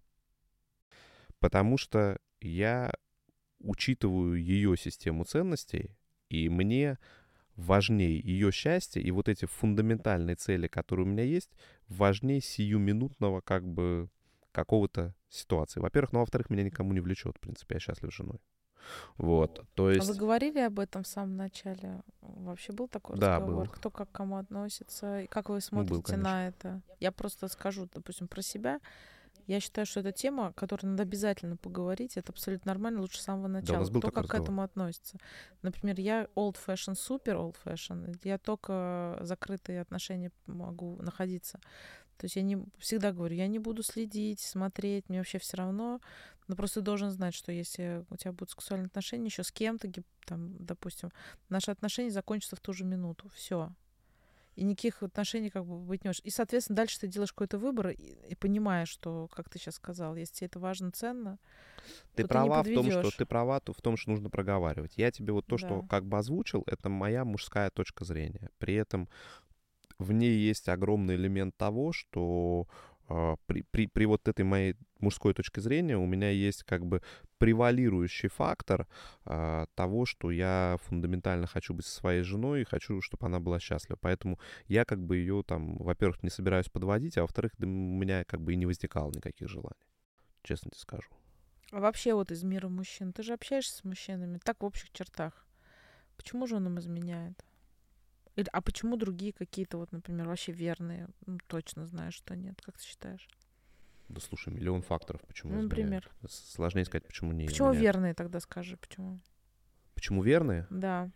Speaker 2: Потому что я учитываю ее систему ценностей, и мне важнее ее счастье, и вот эти фундаментальные цели, которые у меня есть, важнее сиюминутного как бы какого-то ситуации. Во-первых, но во-вторых, меня никому не влечет, в принципе, я счастлив с женой. Вот, то
Speaker 1: А вы
Speaker 2: есть,
Speaker 1: говорили об этом в самом начале? Вообще был такой
Speaker 2: да,
Speaker 1: разговор?
Speaker 2: был,
Speaker 1: Кто как к кому относится? И как вы
Speaker 2: ну, был,
Speaker 1: смотрите
Speaker 2: конечно.
Speaker 1: на это? Я просто скажу, допустим, про себя. Я считаю, что это тема, о которой надо обязательно поговорить. Это абсолютно нормально, лучше с самого
Speaker 2: Да, у
Speaker 1: начала.
Speaker 2: нас был
Speaker 1: Кто
Speaker 2: такой
Speaker 1: как к
Speaker 2: разговор.
Speaker 1: этому относится? Например, я old fashion, супер old fashion. Я только закрытые отношения могу находиться. То есть я не всегда говорю, я не буду следить, смотреть, мне вообще все равно. Но просто ты должен знать, что если у тебя будут сексуальные отношения еще с кем-то, гип- там, допустим, наши отношения закончатся в ту же минуту. Все. И никаких отношений как бы быть не может. И, соответственно, дальше ты делаешь какой-то выбор и, и понимаешь, что, как ты сейчас сказал, если тебе это важно, ценно,
Speaker 2: Ты
Speaker 1: то ты не
Speaker 2: права в том, что
Speaker 1: подведешь.
Speaker 2: ты права то в том, что нужно проговаривать. Я тебе вот то, что
Speaker 1: Да.
Speaker 2: как бы озвучил, это моя мужская точка зрения. При этом в ней есть огромный элемент того, что а, при, при, при вот этой моей мужской точке зрения у меня есть как бы превалирующий фактор а, того, что я фундаментально хочу быть со своей женой и хочу, чтобы она была счастлива. Поэтому я как бы ее там, во-первых, не собираюсь подводить, а во-вторых, да, у меня как бы и не возникало никаких желаний. Честно тебе скажу.
Speaker 1: А вообще вот из мира мужчин, ты же общаешься с мужчинами так в общих чертах. Почему же он им изменяет? Или- а почему другие какие-то, вот, например, вообще верные, ну, точно знаешь, что нет? Как ты считаешь?
Speaker 2: Да слушай, миллион факторов, почему
Speaker 1: Ну,
Speaker 2: изменяют.
Speaker 1: например.
Speaker 2: С- Сложнее сказать, почему не
Speaker 1: Почему
Speaker 2: изменяют.
Speaker 1: верные тогда скажи? Почему?
Speaker 2: Почему верные?
Speaker 1: Да.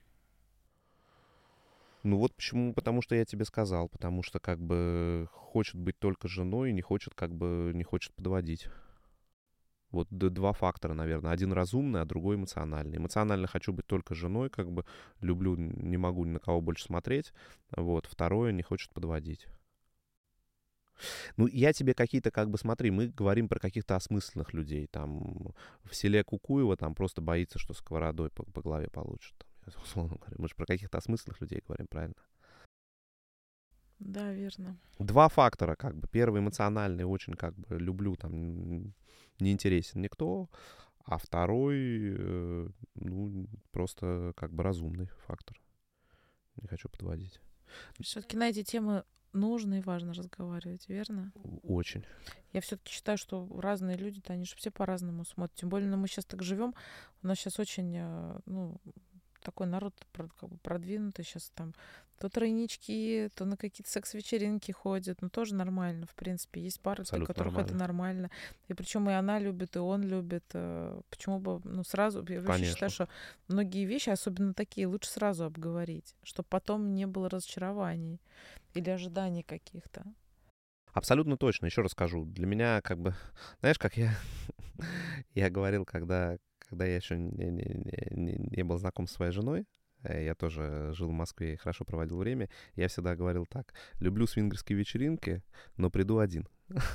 Speaker 2: Ну вот почему, потому что я тебе сказал, потому что как бы хочет быть только женой и не хочет как бы не хочет подводить. Вот д- два фактора, наверное. Один разумный, а другой эмоциональный. Эмоционально хочу быть только женой, как бы люблю, не могу ни на кого больше смотреть. Вот. Второе, не хочет подводить. Ну, я тебе какие-то, как бы, смотри, мы говорим про каких-то осмысленных людей. Там в селе Кукуева там просто боится, что сковородой по, по голове получит. Там, я условно говорю. Мы же про каких-то осмысленных людей говорим, правильно?
Speaker 1: Да, верно.
Speaker 2: Два фактора, как бы. Первый эмоциональный, очень как бы люблю, там, н- не интересен никто. А второй, э, ну, просто как бы разумный фактор. Не хочу подводить.
Speaker 1: Все-таки на эти темы нужно и важно разговаривать, верно?
Speaker 2: Очень.
Speaker 1: Я все-таки считаю, что разные люди-то, они же все по-разному смотрят. Тем более, ну, мы сейчас так живем. У нас сейчас очень, э, ну, такой народ про- как бы продвинутый. Сейчас там то тройнички, то на какие-то секс-вечеринки ходят. Ну, тоже нормально, в принципе. Есть пары, для
Speaker 2: Абсолютно
Speaker 1: которых это
Speaker 2: нормально.
Speaker 1: нормально. И причем и она любит, и он любит. э, Почему бы, ну, сразу... Я вообще считаю,
Speaker 2: Конечно.
Speaker 1: что многие вещи, особенно такие, лучше сразу обговорить, чтобы потом не было разочарований или ожиданий каких-то.
Speaker 2: Абсолютно точно. Еще раз скажу. Для меня как бы... Знаешь, как я, я говорил, когда, когда я еще не, не- не- не был знаком с своей женой, э, я тоже жил в Москве и хорошо проводил время, я всегда говорил так. Люблю свингерские вечеринки, но приду один.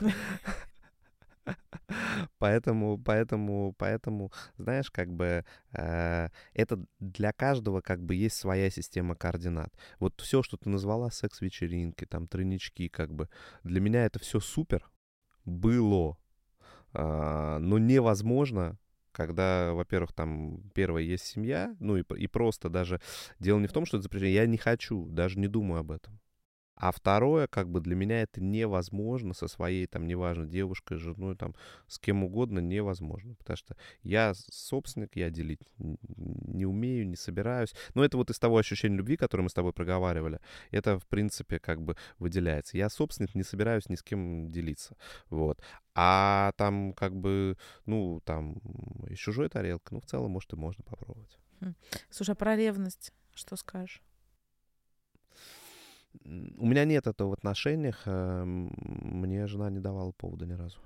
Speaker 2: Поэтому, поэтому, поэтому, знаешь, как бы э, это для каждого как бы есть своя система координат. Вот все, что ты назвала, секс-вечеринки, там, тройнички, как бы, для меня это все супер было, а, но невозможно, когда, во-первых, там, первое, есть семья, ну и, п- и просто даже дело не в том, что это запрещено, я не хочу, даже не думаю об этом. А второе, как бы для меня это невозможно со своей, там, неважно, девушкой, женой, там, с кем угодно невозможно. Потому что я собственник, я делить н- не умею, не собираюсь. Но это вот из того ощущения любви, которое мы с тобой проговаривали, это, в принципе, как бы выделяется. Я собственник, не собираюсь ни с кем делиться. Вот. А там, как бы, ну, там, из чужой тарелки, ну, в целом, может, и можно попробовать.
Speaker 1: Хм. Слушай, а про ревность что скажешь?
Speaker 2: М, У меня нет этого в отношениях. эм, Мне жена не давала повода ни разу.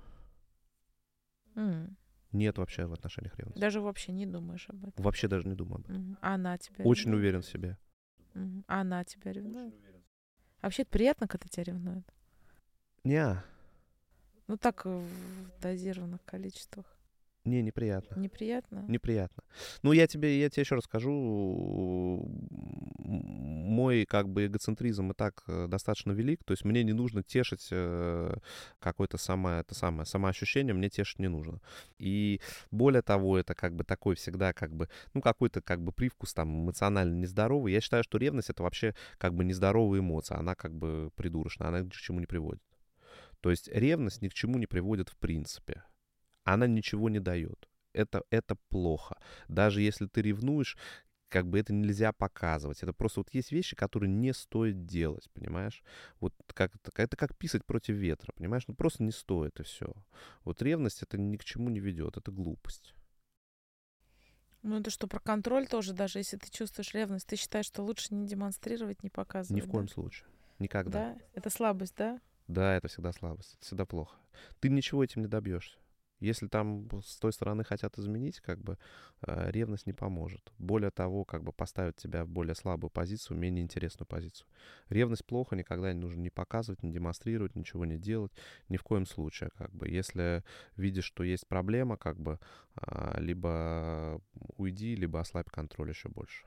Speaker 1: М.
Speaker 2: Нет вообще в отношениях ревности.
Speaker 1: Даже вообще не думаешь об этом.
Speaker 2: Вообще даже не думаю об этом.
Speaker 1: Мгм. А она тебя
Speaker 2: Очень
Speaker 1: ревнует?
Speaker 2: уверен в себе.
Speaker 1: Мгм. А она тебя ревнует? А вообще это приятно, когда тебя ревнуют?
Speaker 2: Не,
Speaker 1: Ну так, в дозированных количествах.
Speaker 2: не, неприятно.
Speaker 1: Неприятно?
Speaker 2: Неприятно. Ну, я тебе, я тебе еще расскажу. Мой, как бы, эгоцентризм и так э, достаточно велик. То есть мне не нужно тешить э, какое-то самое, это самое, самоощущение, мне тешить не нужно. И более того, это как бы такой всегда, как бы, ну, какой-то, как бы, привкус там эмоционально нездоровый. Я считаю, что ревность — это вообще, как бы, нездоровая эмоция. Она, как бы, придурочная, она ни к чему не приводит. То есть ревность ни к чему не приводит в принципе. Она ничего не дает. Это, это плохо. Даже если ты ревнуешь, как бы это нельзя показывать. Это просто вот есть вещи, которые не стоит делать, понимаешь? Вот как это, это как писать против ветра, понимаешь? Ну просто не стоит, и все. Вот ревность это ни к чему не ведет, это глупость.
Speaker 1: Ну это что, про контроль тоже, даже если ты чувствуешь ревность, ты считаешь, что лучше не демонстрировать, не
Speaker 2: Ни в
Speaker 1: показывать, да?
Speaker 2: коем случае. Никогда.
Speaker 1: Да? Это слабость, да?
Speaker 2: Да, это всегда слабость, это всегда плохо. Ты ничего этим не добьешься. Если там с той стороны хотят изменить, как бы э, ревность не поможет. Более того, как бы поставят тебя в более слабую позицию, менее интересную позицию. Ревность плохо, никогда не нужно ни показывать, ни демонстрировать, ничего не делать, ни в коем случае. Как бы. Если видишь, что есть проблема, как бы э, либо уйди, либо ослабь контроль еще больше.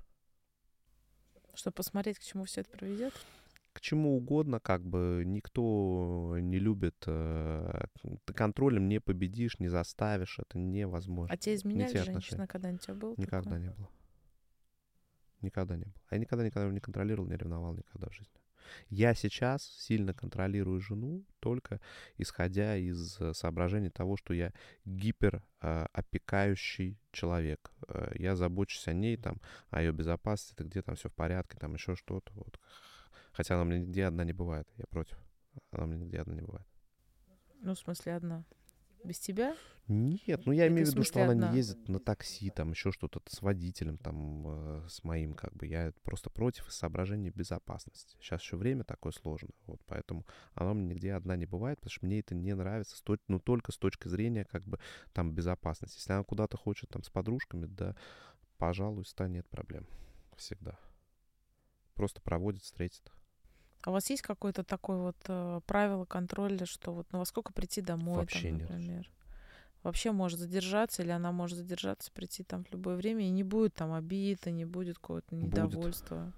Speaker 1: Чтобы посмотреть, к чему все это приведет.
Speaker 2: К чему угодно, как бы никто не любит. Э, ты контролем не победишь, не заставишь, это невозможно.
Speaker 1: А тебе
Speaker 2: Не
Speaker 1: изменяли
Speaker 2: те отношения.
Speaker 1: женщина когда-нибудь? У тебя было
Speaker 2: Никогда
Speaker 1: такое?
Speaker 2: не было. Никогда не было. А я никогда никогда не контролировал, не ревновал никогда в жизни. Я сейчас сильно контролирую жену только исходя из э, соображений того, что я гипер э, опекающий человек. Э, я забочусь о ней, там, о ее безопасности, это где там все в порядке, там еще что-то. Вот. Хотя она у меня нигде одна не бывает. Я против. Она у меня нигде одна не бывает.
Speaker 1: Ну, в смысле, одна. Без тебя?
Speaker 2: Нет, ну я
Speaker 1: Или ты
Speaker 2: имею
Speaker 1: в
Speaker 2: в виду, что
Speaker 1: смысле
Speaker 2: она не
Speaker 1: одна?
Speaker 2: ездит на такси, там еще что-то с водителем, там э, с моим, как бы. Я просто против из соображений безопасности. Сейчас еще время такое сложное, вот поэтому она мне нигде одна не бывает, потому что мне это не нравится, с точ- ну только с точки зрения, как бы, там безопасности. Если она куда-то хочет там с подружками, да, пожалуйста, нет проблем. Всегда. Просто проводит, встретит.
Speaker 1: А у вас есть какое-то такое вот э, правило контроля, что вот ну во сколько прийти домой, там,
Speaker 2: Вообще нет.
Speaker 1: например? Вообще может задержаться, или она может задержаться, прийти там в любое время, и не будет там обид, и не будет какого-то
Speaker 2: Будет.
Speaker 1: недовольства.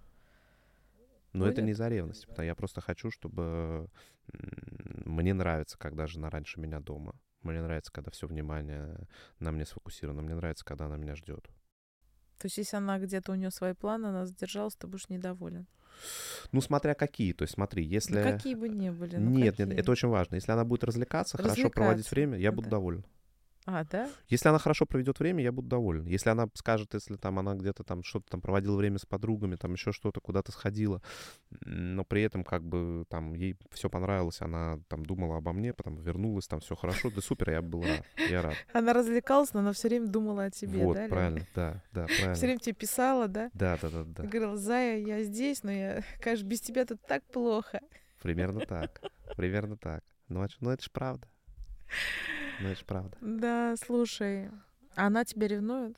Speaker 2: Но это
Speaker 1: Будет?
Speaker 2: не из-за ревности, потому я просто хочу, чтобы м, мне нравится, когда жена раньше меня дома. Мне нравится, когда все внимание на мне сфокусировано. Мне нравится, когда она меня ждет.
Speaker 1: То есть если она где-то, у нее свои планы, она задержалась, ты будешь недоволен?
Speaker 2: Ну, смотря какие. То есть смотри,
Speaker 1: Да
Speaker 2: если...
Speaker 1: какие бы ни были, ну
Speaker 2: Нет, нет, это
Speaker 1: какие?
Speaker 2: очень важно. Если она будет развлекаться, хорошо проводить
Speaker 1: Развлекаться,
Speaker 2: время, я буду
Speaker 1: да.
Speaker 2: доволен.
Speaker 1: А, да?
Speaker 2: Если она хорошо проведет время, я буду доволен. Если она скажет, если там она где-то там что-то там проводила время с подругами, там еще что-то, куда-то сходила, м, но при этом как бы там ей все понравилось, она там думала обо мне, потом вернулась, там все хорошо, да супер, я был рад, я рад.
Speaker 1: Она развлекалась, но она все время думала о тебе,
Speaker 2: Вот,
Speaker 1: да, Лен?
Speaker 2: правильно, да, да,
Speaker 1: Все
Speaker 2: правильно.
Speaker 1: время тебе писала, да?
Speaker 2: Да, да, да,
Speaker 1: И
Speaker 2: да.
Speaker 1: говорила: Зая, я здесь, но я, конечно, без тебя тут так плохо.
Speaker 2: Примерно так, примерно так. Ну, это, ж- ну, это ж правда, ну, это ж правда.
Speaker 1: Да, слушай, а она тебя ревнует?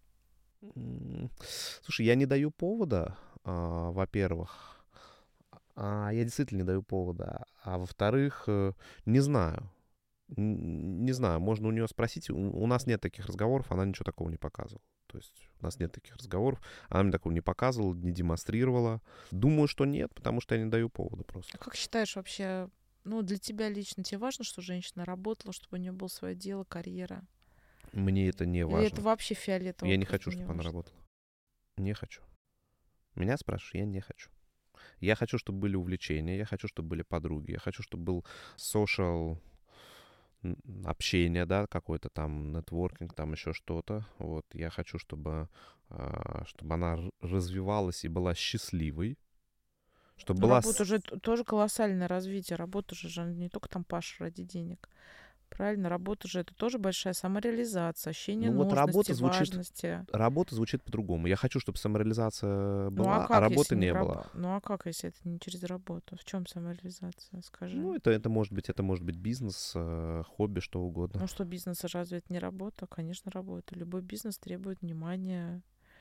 Speaker 2: М, Слушай, я не даю повода, а, во-первых. А, я действительно не даю повода. А во-вторых, э, не знаю. Н- Не знаю, можно у нее спросить. У, у нас нет таких разговоров, она ничего такого не показывала. То есть у нас нет таких разговоров. Она мне такого не показывала, не демонстрировала. Думаю, что нет, потому что я не даю повода
Speaker 1: А
Speaker 2: просто.
Speaker 1: как считаешь вообще, ну, для тебя лично, тебе важно, что женщина работала, чтобы у нее было свое дело, карьера?
Speaker 2: Мне это не
Speaker 1: Или это
Speaker 2: важно.
Speaker 1: вообще фиолетово,
Speaker 2: Я не
Speaker 1: просто
Speaker 2: хочу,
Speaker 1: не
Speaker 2: чтобы она
Speaker 1: важно?
Speaker 2: работала. Не хочу. Меня спрашиваешь, я не хочу. Я хочу, чтобы были увлечения, я хочу, чтобы были подруги, я хочу, чтобы был social н- общение, да, какой-то там нетворкинг, там еще что-то. Вот, я хочу, чтобы, а, чтобы она р- развивалась и была счастливой, чтобы
Speaker 1: Ну,
Speaker 2: была...
Speaker 1: работа
Speaker 2: с-
Speaker 1: же т- тоже колоссальное развитие. Работа же, же не только там пашешь ради денег. Правильно? Работа же это тоже большая самореализация, ощущение
Speaker 2: Ну вот
Speaker 1: нужности,
Speaker 2: работа звучит,
Speaker 1: важности.
Speaker 2: работа звучит по-другому. Я хочу, чтобы самореализация
Speaker 1: Ну а
Speaker 2: была, а
Speaker 1: как,
Speaker 2: работы
Speaker 1: если не в
Speaker 2: не
Speaker 1: раб...
Speaker 2: было.
Speaker 1: Ну а как, если это не через работу? В чем самореализация, скажи?
Speaker 2: Ну, это, это может быть, это может быть бизнес, э, хобби, что угодно.
Speaker 1: Ну что, бизнес разве это не работа? Конечно, работа. Любой бизнес требует внимания,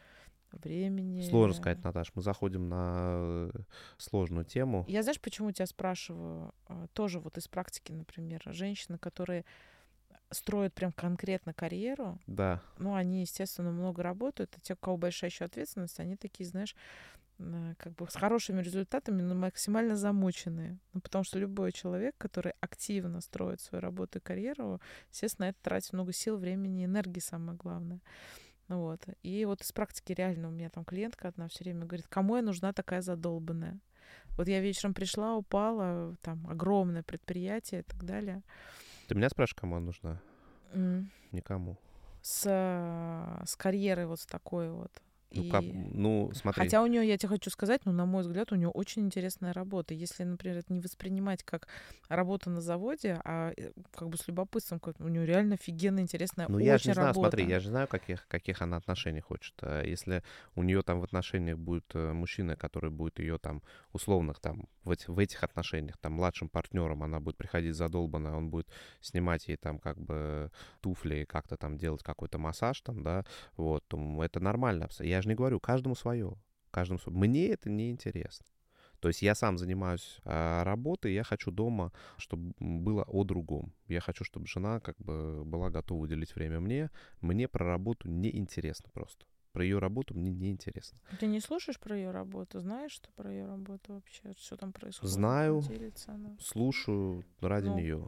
Speaker 2: Сложно
Speaker 1: времени.
Speaker 2: сказать, Наташ, мы заходим на э, сложную тему.
Speaker 1: Я знаешь, почему тебя спрашиваю? А, Тоже вот из практики, например, женщины, которые строят прям конкретно карьеру,
Speaker 2: Да.
Speaker 1: ну, они, естественно, много работают, а те, у кого большая еще ответственность, они такие, знаешь, м, как бы с хорошими результатами, но максимально замученные. Ну, потому что любой человек, который активно строит свою работу и карьеру, естественно, на это тратит много сил, времени, энергии, самое главное. Ну вот. И вот из практики реально у меня там клиентка одна все время говорит, кому я нужна такая задолбанная? Вот я вечером пришла, упала, там огромное предприятие и так далее.
Speaker 2: Ты меня спрашиваешь, кому она нужна?
Speaker 1: М,
Speaker 2: Никому.
Speaker 1: С, э, с карьерой вот с такой вот.
Speaker 2: Ну, как,
Speaker 1: И
Speaker 2: ну, смотри.
Speaker 1: хотя у нее, я тебе хочу сказать, ну, на мой взгляд, у нее очень интересная работа. Если, например, это не воспринимать как работа на заводе, а э, как бы с любопытством, как у нее реально офигенно интересная
Speaker 2: Ну, я же
Speaker 1: очень
Speaker 2: не знаю, смотри,
Speaker 1: работа.
Speaker 2: я же знаю, каких, каких она отношений хочет. А если у нее там в отношениях будет э, мужчина, который будет ее там условных там в, эти- в этих отношениях там младшим партнером, она будет приходить задолбанная, он будет снимать ей там как бы туфли и как-то там делать какой-то массаж там, да, вот, то это нормально. абсо- Я же не говорю, каждому свое. Каждому свое. Мне это не интересно. То есть я сам занимаюсь а, работой, я хочу дома, чтобы было о другом. Я хочу, чтобы жена как бы была готова уделить время мне. Мне про работу не интересно просто. Про ее работу мне не интересно.
Speaker 1: Ты не слушаешь про ее работу? Знаешь, что про ее работу вообще? Что там происходит?
Speaker 2: Знаю,
Speaker 1: Делится она?
Speaker 2: слушаю ради
Speaker 1: Ну,
Speaker 2: нее.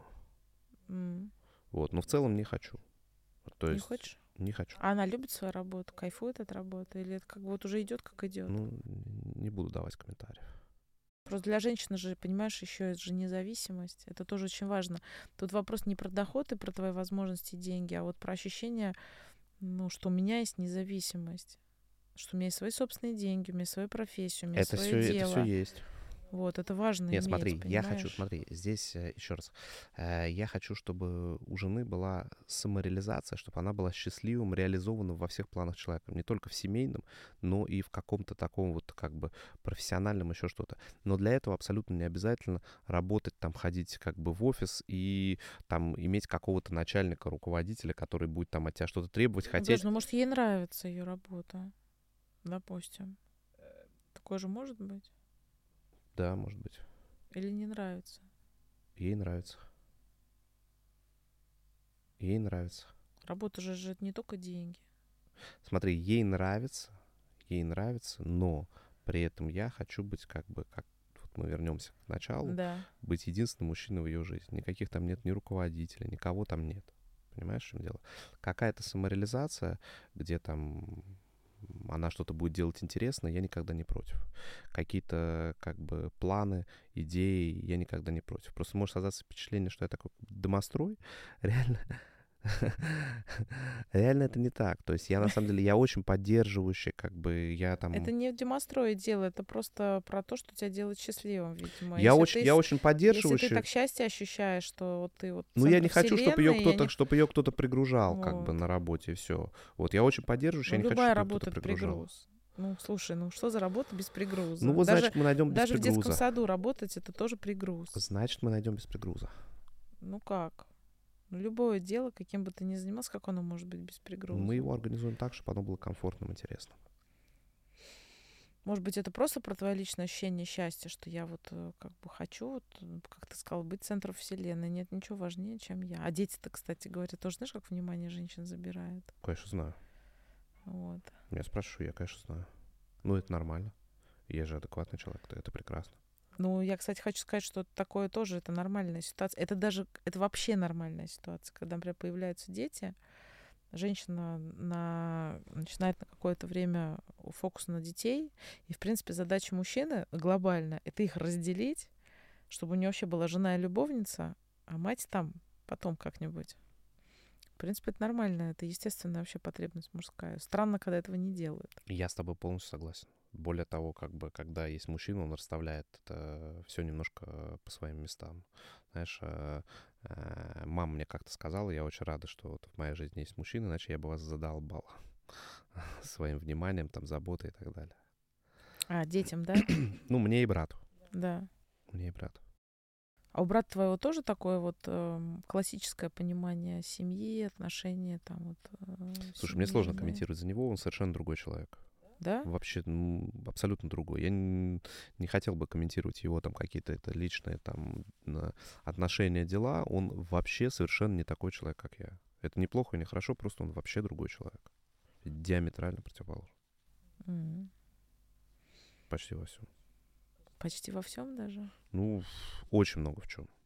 Speaker 1: м,
Speaker 2: Вот, но в целом не хочу. То
Speaker 1: не
Speaker 2: есть
Speaker 1: хочешь?
Speaker 2: не хочу.
Speaker 1: А она любит свою работу, кайфует от работы? Или это как бы вот уже идет, как идет?
Speaker 2: Ну, не буду давать комментариев.
Speaker 1: Просто для женщины же, понимаешь, еще это же независимость. Это тоже очень важно. Тут вопрос не про доход и про твои возможности, деньги, а вот про ощущение, ну, что у меня есть независимость, что у меня есть свои собственные деньги, у меня есть свою профессию, у меня есть
Speaker 2: Это
Speaker 1: свое
Speaker 2: все, это все
Speaker 1: дело.
Speaker 2: есть.
Speaker 1: Вот, это важно
Speaker 2: Нет,
Speaker 1: иметь,
Speaker 2: смотри, я хочу,
Speaker 1: понимаешь?
Speaker 2: смотри, здесь э, еще раз, э, я хочу, чтобы у жены была самореализация, чтобы она была счастливым, реализованным во всех планах человека, не только в семейном, но и в каком-то таком вот как бы профессиональном еще что-то. Но для этого абсолютно не обязательно работать там, ходить как бы в офис и там иметь какого-то начальника, руководителя, который будет там от тебя что-то требовать,
Speaker 1: Ну, подожди,
Speaker 2: хотеть.
Speaker 1: ну, может, ей нравится ее работа, допустим. Такое же может быть?
Speaker 2: Да, может быть,
Speaker 1: Или не нравится?
Speaker 2: ей нравится, ей нравится.
Speaker 1: Работа же, же это не только деньги.
Speaker 2: Смотри, ей нравится, ей нравится, но при этом я хочу быть как бы, как вот мы вернемся к началу,
Speaker 1: Да.
Speaker 2: быть единственным мужчиной в ее жизни. Никаких там нет ни руководителя, никого там нет. Понимаешь, в чем дело? Какая-то самореализация, где там она что-то будет делать интересное, я никогда не против. Какие-то как бы планы, идеи, я никогда не против. Просто может создаться впечатление, что я такой домострой. Реально, реально это не так. То есть я на самом деле, я очень поддерживающий, как бы я там...
Speaker 1: Это не в демонстрое дело, это просто про то, что тебя делает счастливым, видимо.
Speaker 2: Я
Speaker 1: Если
Speaker 2: очень,
Speaker 1: ты,
Speaker 2: я
Speaker 1: с-
Speaker 2: очень
Speaker 1: если ты
Speaker 2: поддерживающий.
Speaker 1: так счастье ощущаешь, что вот ты вот
Speaker 2: Ну, я
Speaker 1: центр
Speaker 2: не хочу, чтобы ее
Speaker 1: вселенной, я
Speaker 2: кто-то,
Speaker 1: не...
Speaker 2: чтобы ее кто-то пригружал, как бы,
Speaker 1: Вот.
Speaker 2: на работе, и все. Вот, я очень поддерживающий,
Speaker 1: Ну,
Speaker 2: я не хочу,
Speaker 1: любая
Speaker 2: чтобы ее кто-то
Speaker 1: работа — это
Speaker 2: пригружал.
Speaker 1: пригруз. Ну, слушай, ну что за работа без
Speaker 2: Ну,
Speaker 1: пригруза?
Speaker 2: вот,
Speaker 1: Даже,
Speaker 2: значит, мы найдем без
Speaker 1: даже в детском
Speaker 2: пригруза.
Speaker 1: саду работать — это тоже пригруз.
Speaker 2: Значит, мы найдем без пригруза.
Speaker 1: Ну как? Ну, любое дело, каким бы ты ни занимался, как оно может быть без пригруза?
Speaker 2: Мы его организуем так, чтобы оно было комфортным, интересным.
Speaker 1: Может быть, это просто про твое личное ощущение счастья, что я вот э, как бы хочу, вот, э, как ты сказал, быть центром вселенной. Нет ничего важнее, чем я. А дети-то, кстати говоря, тоже знаешь, как внимание женщин забирают?
Speaker 2: Конечно, знаю.
Speaker 1: Вот.
Speaker 2: Я спрашиваю, я, конечно, знаю. Ну, это нормально. Я же адекватный человек, то это прекрасно.
Speaker 1: Ну, я, кстати, хочу сказать, что такое тоже это нормальная ситуация. Это даже, это вообще нормальная ситуация, когда, например, появляются дети, женщина на, начинает на какое-то время фокус на детей, и, в принципе, задача мужчины глобально — это их разделить, чтобы у нее вообще была жена и любовница, а мать там потом как-нибудь. В принципе, это нормально, это естественная вообще потребность мужская. Странно, когда этого не делают.
Speaker 2: Я с тобой полностью согласен. Более того, как бы, когда есть мужчина, он расставляет это все немножко по своим местам. Знаешь, э, э, мама мне как-то сказала, я очень рада, что вот в моей жизни есть мужчина, иначе я бы вас задолбал своим вниманием, там, заботой и так далее.
Speaker 1: А, детям, да?
Speaker 2: Ну, мне и брату.
Speaker 1: Да.
Speaker 2: Мне и брату.
Speaker 1: А у брата твоего тоже такое вот эм, классическое понимание семьи, отношения там вот... э,
Speaker 2: Слушай, мне
Speaker 1: семьи,
Speaker 2: сложно
Speaker 1: жены?
Speaker 2: комментировать за него, он совершенно другой человек.
Speaker 1: Да?
Speaker 2: Вообще, ну, абсолютно другой. Я не, не хотел бы комментировать его там какие-то это личные там на- отношения, дела. Он вообще совершенно не такой человек, как я. Это неплохо и не хорошо, просто он вообще другой человек. Диаметрально противоположен.
Speaker 1: М.
Speaker 2: Почти во всем.
Speaker 1: Почти во всем даже.
Speaker 2: Ну, очень много в чем.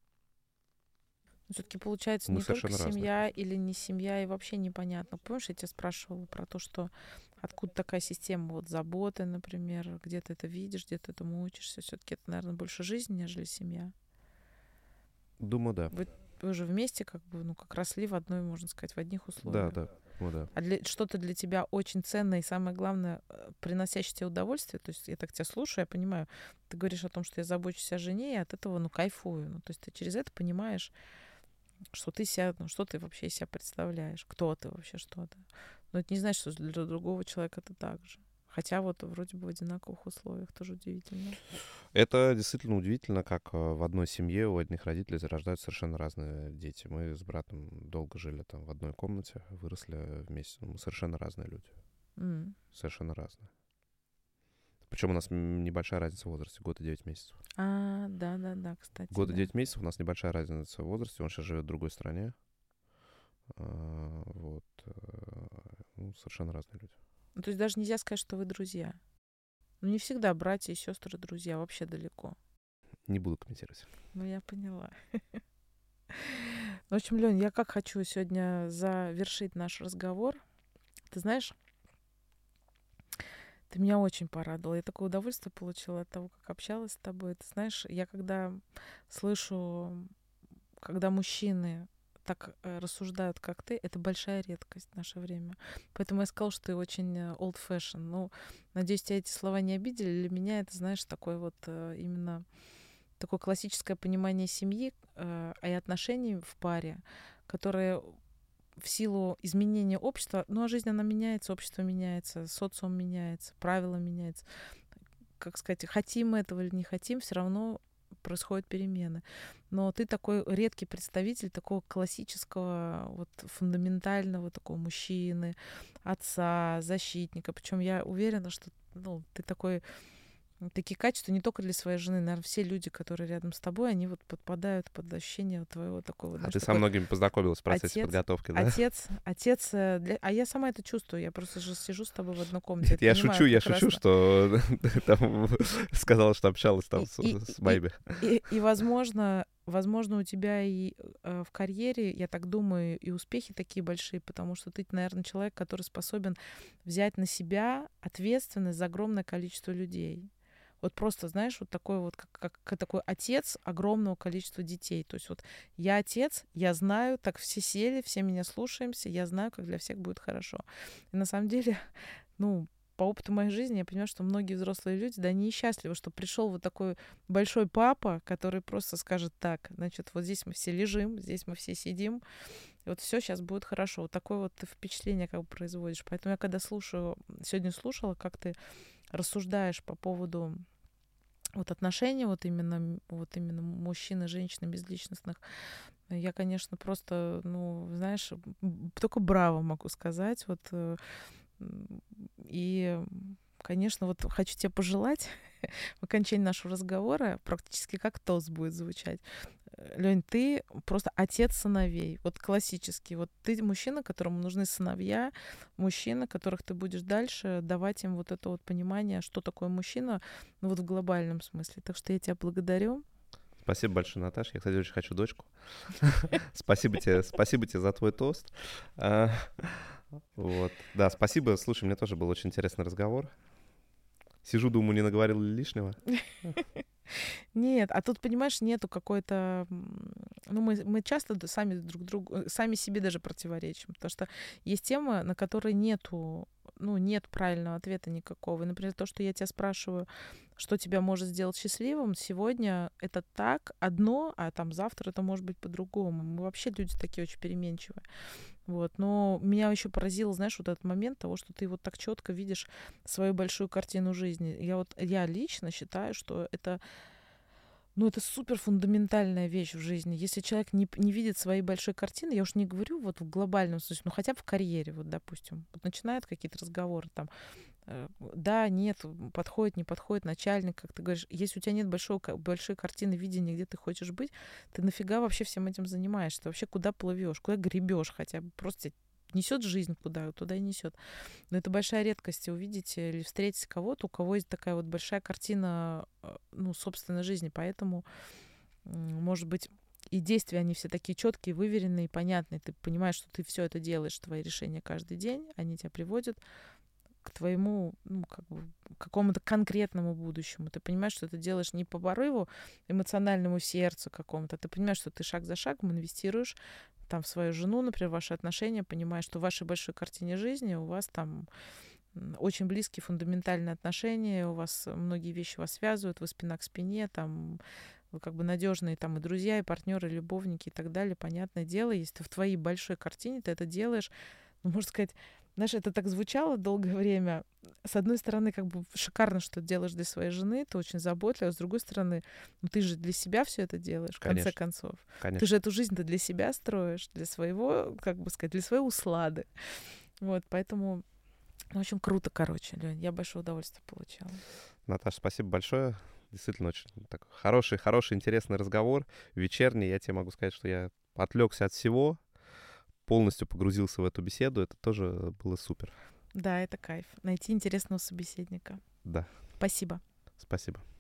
Speaker 1: Все-таки получается
Speaker 2: Мы
Speaker 1: не только
Speaker 2: совершенно разные.
Speaker 1: семья или не семья, и вообще непонятно. Помнишь, я тебя спрашивала про то, что откуда такая система вот заботы, например, где ты это видишь, где ты этому учишься. Все-таки это, наверное, больше жизнь, нежели семья.
Speaker 2: Думаю, да.
Speaker 1: Вы, вы же вместе как бы, ну, как росли в одной, можно сказать, в одних
Speaker 2: Да,
Speaker 1: условиях.
Speaker 2: да. Ну да.
Speaker 1: А для, что-то для тебя очень ценное и, самое главное, э, приносящее тебе удовольствие. То есть я так тебя слушаю, я понимаю, ты говоришь о том, что я забочусь о жене, и от этого, ну, кайфую. Ну, то есть ты через это понимаешь, что ты себя, ну, что ты вообще из себя представляешь, кто ты вообще, что ты. Но это не значит, что для другого человека это так же. Хотя вот вроде бы в одинаковых условиях, тоже удивительно.
Speaker 2: Это действительно удивительно, как э, в одной семье у одних родителей зарождаются совершенно разные дети. Мы с братом долго жили там в одной комнате, выросли вместе. Мы совершенно разные люди.
Speaker 1: М.
Speaker 2: Совершенно разные. Причем у нас м, небольшая разница в возрасте, год и девять месяцев.
Speaker 1: А, да-да-да, кстати.
Speaker 2: Год и
Speaker 1: да.
Speaker 2: девять месяцев, у нас небольшая разница в возрасте, он сейчас живет в другой стране. А, Вот. э, Ну, совершенно разные люди.
Speaker 1: Ну, то есть даже нельзя сказать, что вы друзья. Ну, не всегда братья и сестры друзья, вообще далеко.
Speaker 2: Не буду комментировать.
Speaker 1: Ну, я поняла. В общем, Лёнь, я как хочу сегодня завершить наш разговор. Ты знаешь, ты меня очень порадовала. Я такое удовольствие получила от того, как общалась с тобой. Ты знаешь, я когда слышу, когда мужчины так э, рассуждают, как ты, это большая редкость в наше время. Поэтому я сказала, что ты очень э, old fashion. Ну, надеюсь, тебя эти слова не обидели. Для меня это, знаешь, такое вот э, именно такое классическое понимание семьи э, и отношений в паре, которые в силу изменения общества, ну а жизнь, она меняется, общество меняется, социум меняется, правила меняются. Как сказать, хотим мы этого или не хотим, все равно происходят перемены. Но ты такой редкий представитель такого классического, вот фундаментального такого мужчины, отца, защитника. Причем я уверена, что ну, ты такой такие качества не только для своей жены, наверное, все люди, которые рядом с тобой, они вот подпадают под ощущение вот твоего такого,
Speaker 2: А
Speaker 1: знаешь,
Speaker 2: ты со
Speaker 1: такой
Speaker 2: многими познакомилась в процессе
Speaker 1: отец,
Speaker 2: подготовки, да?
Speaker 1: отец, отец, э, для... а я сама это чувствую, я просто же сижу с тобой в одной комнате,
Speaker 2: Нет,
Speaker 1: это
Speaker 2: я
Speaker 1: понимаю
Speaker 2: шучу, я шучу,
Speaker 1: прекрасно.
Speaker 2: что ты там сказала, что общалась там
Speaker 1: И,
Speaker 2: с,
Speaker 1: и,
Speaker 2: с
Speaker 1: и,
Speaker 2: моими.
Speaker 1: и, и, возможно, возможно, у тебя и э, в карьере, я так думаю, и успехи такие большие, потому что ты, наверное, человек, который способен взять на себя ответственность за огромное количество людей. Вот просто, знаешь, вот такой вот, как, как, как такой отец огромного количества детей. То есть вот я отец, я знаю, так все сели, все меня слушаемся, я знаю, как для всех будет хорошо. И на самом деле, ну, по опыту моей жизни я понимаю, что многие взрослые люди, да, они счастливы, что пришел вот такой большой папа, который просто скажет так, значит, вот здесь мы все лежим, здесь мы все сидим, и вот все сейчас будет хорошо. Вот такое вот ты впечатление как бы производишь. Поэтому я когда слушаю, сегодня слушала, как ты рассуждаешь по поводу вот отношений, вот именно, вот именно мужчин и женщин безличностных, я, конечно, просто, ну, знаешь, только браво могу сказать. Вот и, конечно, вот хочу тебе пожелать в окончании нашего разговора, практически как тост будет звучать. Лёнь, ты просто отец сыновей, вот классический. Вот ты мужчина, которому нужны сыновья, мужчина, которых ты будешь дальше давать им вот это вот понимание, что такое мужчина, ну вот в глобальном смысле. Так что я тебя благодарю.
Speaker 2: Спасибо большое, Наташа. Я, кстати, очень хочу дочку. Спасибо тебе, спасибо тебе за твой тост. А, вот. Да, спасибо. Слушай, мне тоже был очень интересный разговор. Сижу, думаю, не наговорил ли лишнего.
Speaker 1: Нет, а тут, понимаешь, нету какой-то... Ну, мы, мы часто сами друг другу, сами себе даже противоречим, потому что есть темы, на которые нету, ну, нет правильного ответа никакого. И, например, то, что я тебя спрашиваю, что тебя может сделать счастливым, сегодня это так одно, а там завтра это может быть по-другому. Мы вообще люди такие очень переменчивые. Вот. Но меня еще поразило, знаешь, вот этот момент того, что ты вот так четко видишь свою большую картину жизни. Я вот, я лично считаю, что это, ну, это супер фундаментальная вещь в жизни. Если человек не, не видит своей большой картины, я уж не говорю вот в глобальном смысле, ну, хотя бы в карьере, вот, допустим, вот начинают какие-то разговоры там, э, да, нет, подходит, не подходит начальник, как ты говоришь, если у тебя нет большого, большой картины видения, где ты хочешь быть, ты нафига вообще всем этим занимаешься? Ты вообще куда плывешь, куда гребешь хотя бы, просто несет жизнь куда, туда и несет. Но это большая редкость увидеть или встретить кого-то, у кого есть такая вот большая картина, ну, собственной жизни. Поэтому, может быть, и действия, они все такие четкие, выверенные, понятные. Ты понимаешь, что ты все это делаешь, твои решения каждый день, они тебя приводят к твоему, ну, как бы, какому-то конкретному будущему. Ты понимаешь, что ты делаешь не по порыву эмоциональному сердцу какому-то. Ты понимаешь, что ты шаг за шагом инвестируешь там в свою жену, например, ваши отношения, понимая, что в вашей большой картине жизни у вас там очень близкие фундаментальные отношения, у вас многие вещи вас связывают, вы спина к спине, там вы как бы надежные там и друзья, и партнеры, и любовники и так далее. Понятное дело, если ты в твоей большой картине ты это делаешь, ну, можно сказать, знаешь, это так звучало долгое время. С одной стороны, как бы шикарно, что ты делаешь для своей жены, ты очень заботлива, с другой стороны, ну ты же для себя все это делаешь, в
Speaker 2: Конечно,
Speaker 1: конце концов.
Speaker 2: конечно.
Speaker 1: Ты же эту жизнь-то для себя строишь, для своего, как бы сказать, для своей услады. Вот, поэтому, ну, в общем, круто, короче, Лёнь, я большое удовольствие получала.
Speaker 2: Наташа, спасибо большое. Действительно, очень такой хороший, хороший, интересный разговор. Вечерний, я тебе могу сказать, что я отвлекся от всего, полностью погрузился в эту беседу. Это тоже было супер.
Speaker 1: Да, это кайф. Найти интересного собеседника.
Speaker 2: Да.
Speaker 1: Спасибо.
Speaker 2: Спасибо.